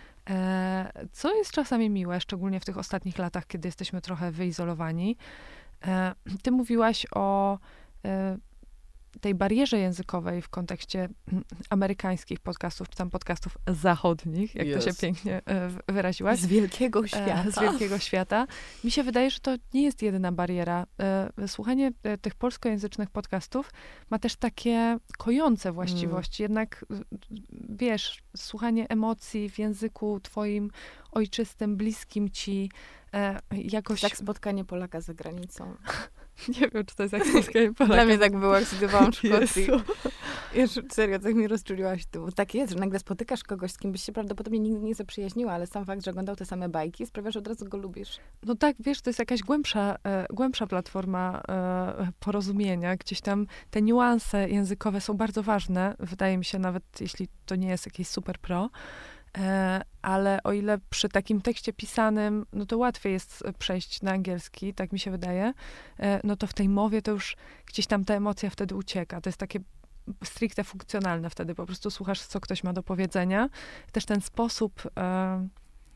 e, co jest czasami miłe, szczególnie w tych ostatnich latach, kiedy jesteśmy trochę wyizolowani. E, ty mówiłaś o e, tej barierze językowej w kontekście amerykańskich podcastów, czy tam podcastów zachodnich, jak yes. to się pięknie e, wyraziłaś. Z wielkiego świata. E, z wielkiego świata. Mi się wydaje, że to nie jest jedyna bariera. E, słuchanie e, tych polskojęzycznych podcastów ma też takie kojące właściwości. Mm. Jednak, wiesz, słuchanie emocji w języku twoim ojczystym, bliskim ci, e, jakoś... Tak spotkanie Polaka za granicą. Nie wiem, czy to jest jak spotkanie Polaka. Dla mnie tak było, jak studiowałam w Szkocji. Jezu, serio, tak mnie rozczuliłaś tym. Tak jest, że nagle spotykasz kogoś, z kim byś się prawdopodobnie nigdy nie zaprzyjaźniła, ale sam fakt, że oglądał te same bajki, sprawia, że od razu go lubisz. No tak, wiesz, to jest jakaś głębsza, e, głębsza platforma e, porozumienia. Gdzieś tam te niuanse językowe są bardzo ważne. Wydaje mi się, nawet jeśli to nie jest jakieś super pro. Ale o ile przy takim tekście pisanym, no to łatwiej jest przejść na angielski, tak mi się wydaje, no to w tej mowie to już gdzieś tam ta emocja wtedy ucieka. To jest takie stricte funkcjonalne wtedy. Po prostu słuchasz, co ktoś ma do powiedzenia. Też ten sposób e,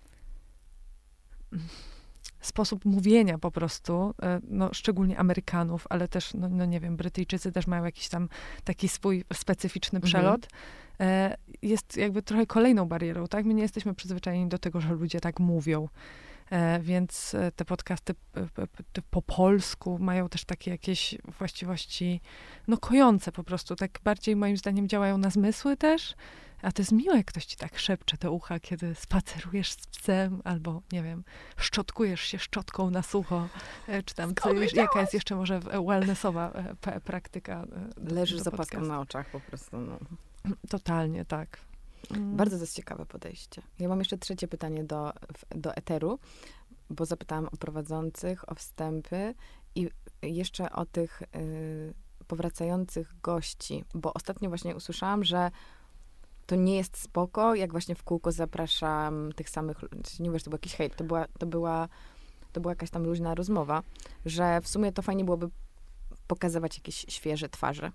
sposób mówienia po prostu, e, no szczególnie Amerykanów, ale też, no, no nie wiem, Brytyjczycy też mają jakiś tam taki swój specyficzny przelot. Mhm. Jest jakby trochę kolejną barierą, tak? My nie jesteśmy przyzwyczajeni do tego, że ludzie tak mówią. E, więc te podcasty p, p, p, po polsku mają też takie jakieś właściwości, no kojące po prostu. Tak bardziej moim zdaniem działają na zmysły też. A to jest miłe, jak ktoś ci tak szepcze te ucha, kiedy spacerujesz z psem, albo, nie wiem, szczotkujesz się szczotką na sucho, e, czy tam, co, jaka jest jeszcze może wellnessowa e, p, praktyka. E, Leżysz z opaską na oczach po prostu, no. Totalnie, tak. Mm. Bardzo to jest ciekawe podejście. Ja mam jeszcze trzecie pytanie do, do eteru, bo zapytałam o prowadzących, o wstępy i jeszcze o tych y, powracających gości, bo ostatnio właśnie usłyszałam, że to nie jest spoko, jak właśnie w kółko zapraszam tych samych, nie wiesz, to był jakiś hejt, to była, to była, to była jakaś tam luźna rozmowa, że w sumie to fajnie byłoby pokazywać jakieś świeże twarze.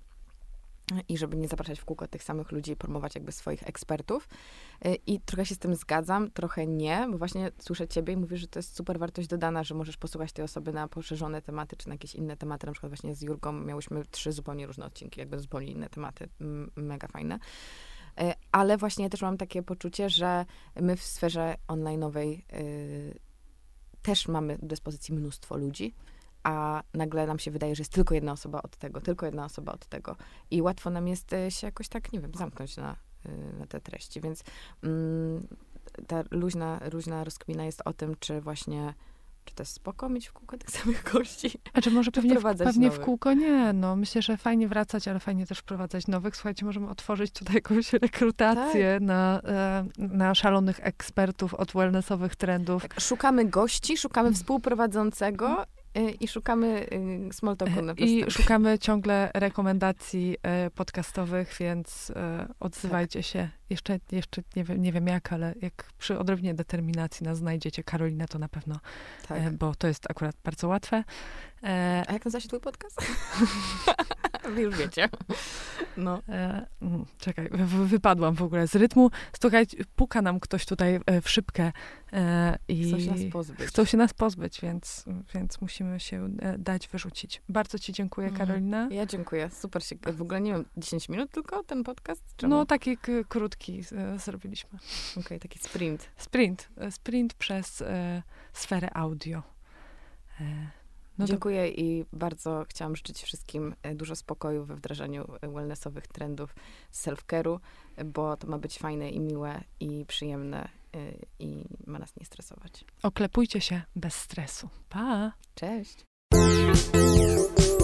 I żeby nie zapraszać w kółko tych samych ludzi i promować jakby swoich ekspertów. I trochę się z tym zgadzam, trochę nie, bo właśnie słyszę ciebie i mówisz, że to jest super wartość dodana, że możesz posłuchać tej osoby na poszerzone tematy, czy na jakieś inne tematy. Na przykład właśnie z Jurgą miałyśmy trzy zupełnie różne odcinki, jakby zupełnie inne tematy, m- mega fajne. Ale właśnie ja też mam takie poczucie, że my w sferze online'owej y, też mamy do dyspozycji mnóstwo ludzi, a nagle nam się wydaje, że jest tylko jedna osoba od tego, tylko jedna osoba od tego. I łatwo nam jest się jakoś tak, nie wiem, zamknąć na, na te treści. Więc mm, ta luźna, luźna rozkmina jest o tym, czy właśnie, czy to jest spoko mieć w kółko tych samych gości? A czy może pewnie, w, pewnie w kółko nie, no. Myślę, że fajnie wracać, ale fajnie też wprowadzać nowych. Słuchajcie, możemy otworzyć tutaj jakąś rekrutację tak. na, na szalonych ekspertów od wellnessowych trendów. Tak, szukamy gości, szukamy współprowadzącego i szukamy small talku na I szukamy ciągle rekomendacji podcastowych, więc odzywajcie tak. się. Jeszcze, jeszcze nie, wiem, nie wiem jak, ale jak przy odrobinie determinacji nas znajdziecie, Karolinę, to na pewno, tak. bo to jest akurat bardzo łatwe. A jak nazywa się twój podcast? Wy już wiecie. No. E, czekaj, w, wypadłam w ogóle z rytmu. Słuchaj, puka nam ktoś tutaj w szybkę e, i chcą się nas pozbyć. Chcą się nas pozbyć, więc, więc musimy się dać wyrzucić. Bardzo ci dziękuję, Karolina. Ja dziękuję. Super się, w ogóle nie wiem, dziesięć minut tylko ten podcast? Czemu? No, taki k- krótki e, zrobiliśmy. Okej, okay, taki sprint. Sprint. Sprint przez e, sferę audio. E, No dziękuję to... i bardzo chciałam życzyć wszystkim dużo spokoju we wdrażaniu wellnessowych trendów z self-care'u, bo to ma być fajne i miłe i przyjemne i ma nas nie stresować. Oklepujcie się bez stresu. Pa! Cześć!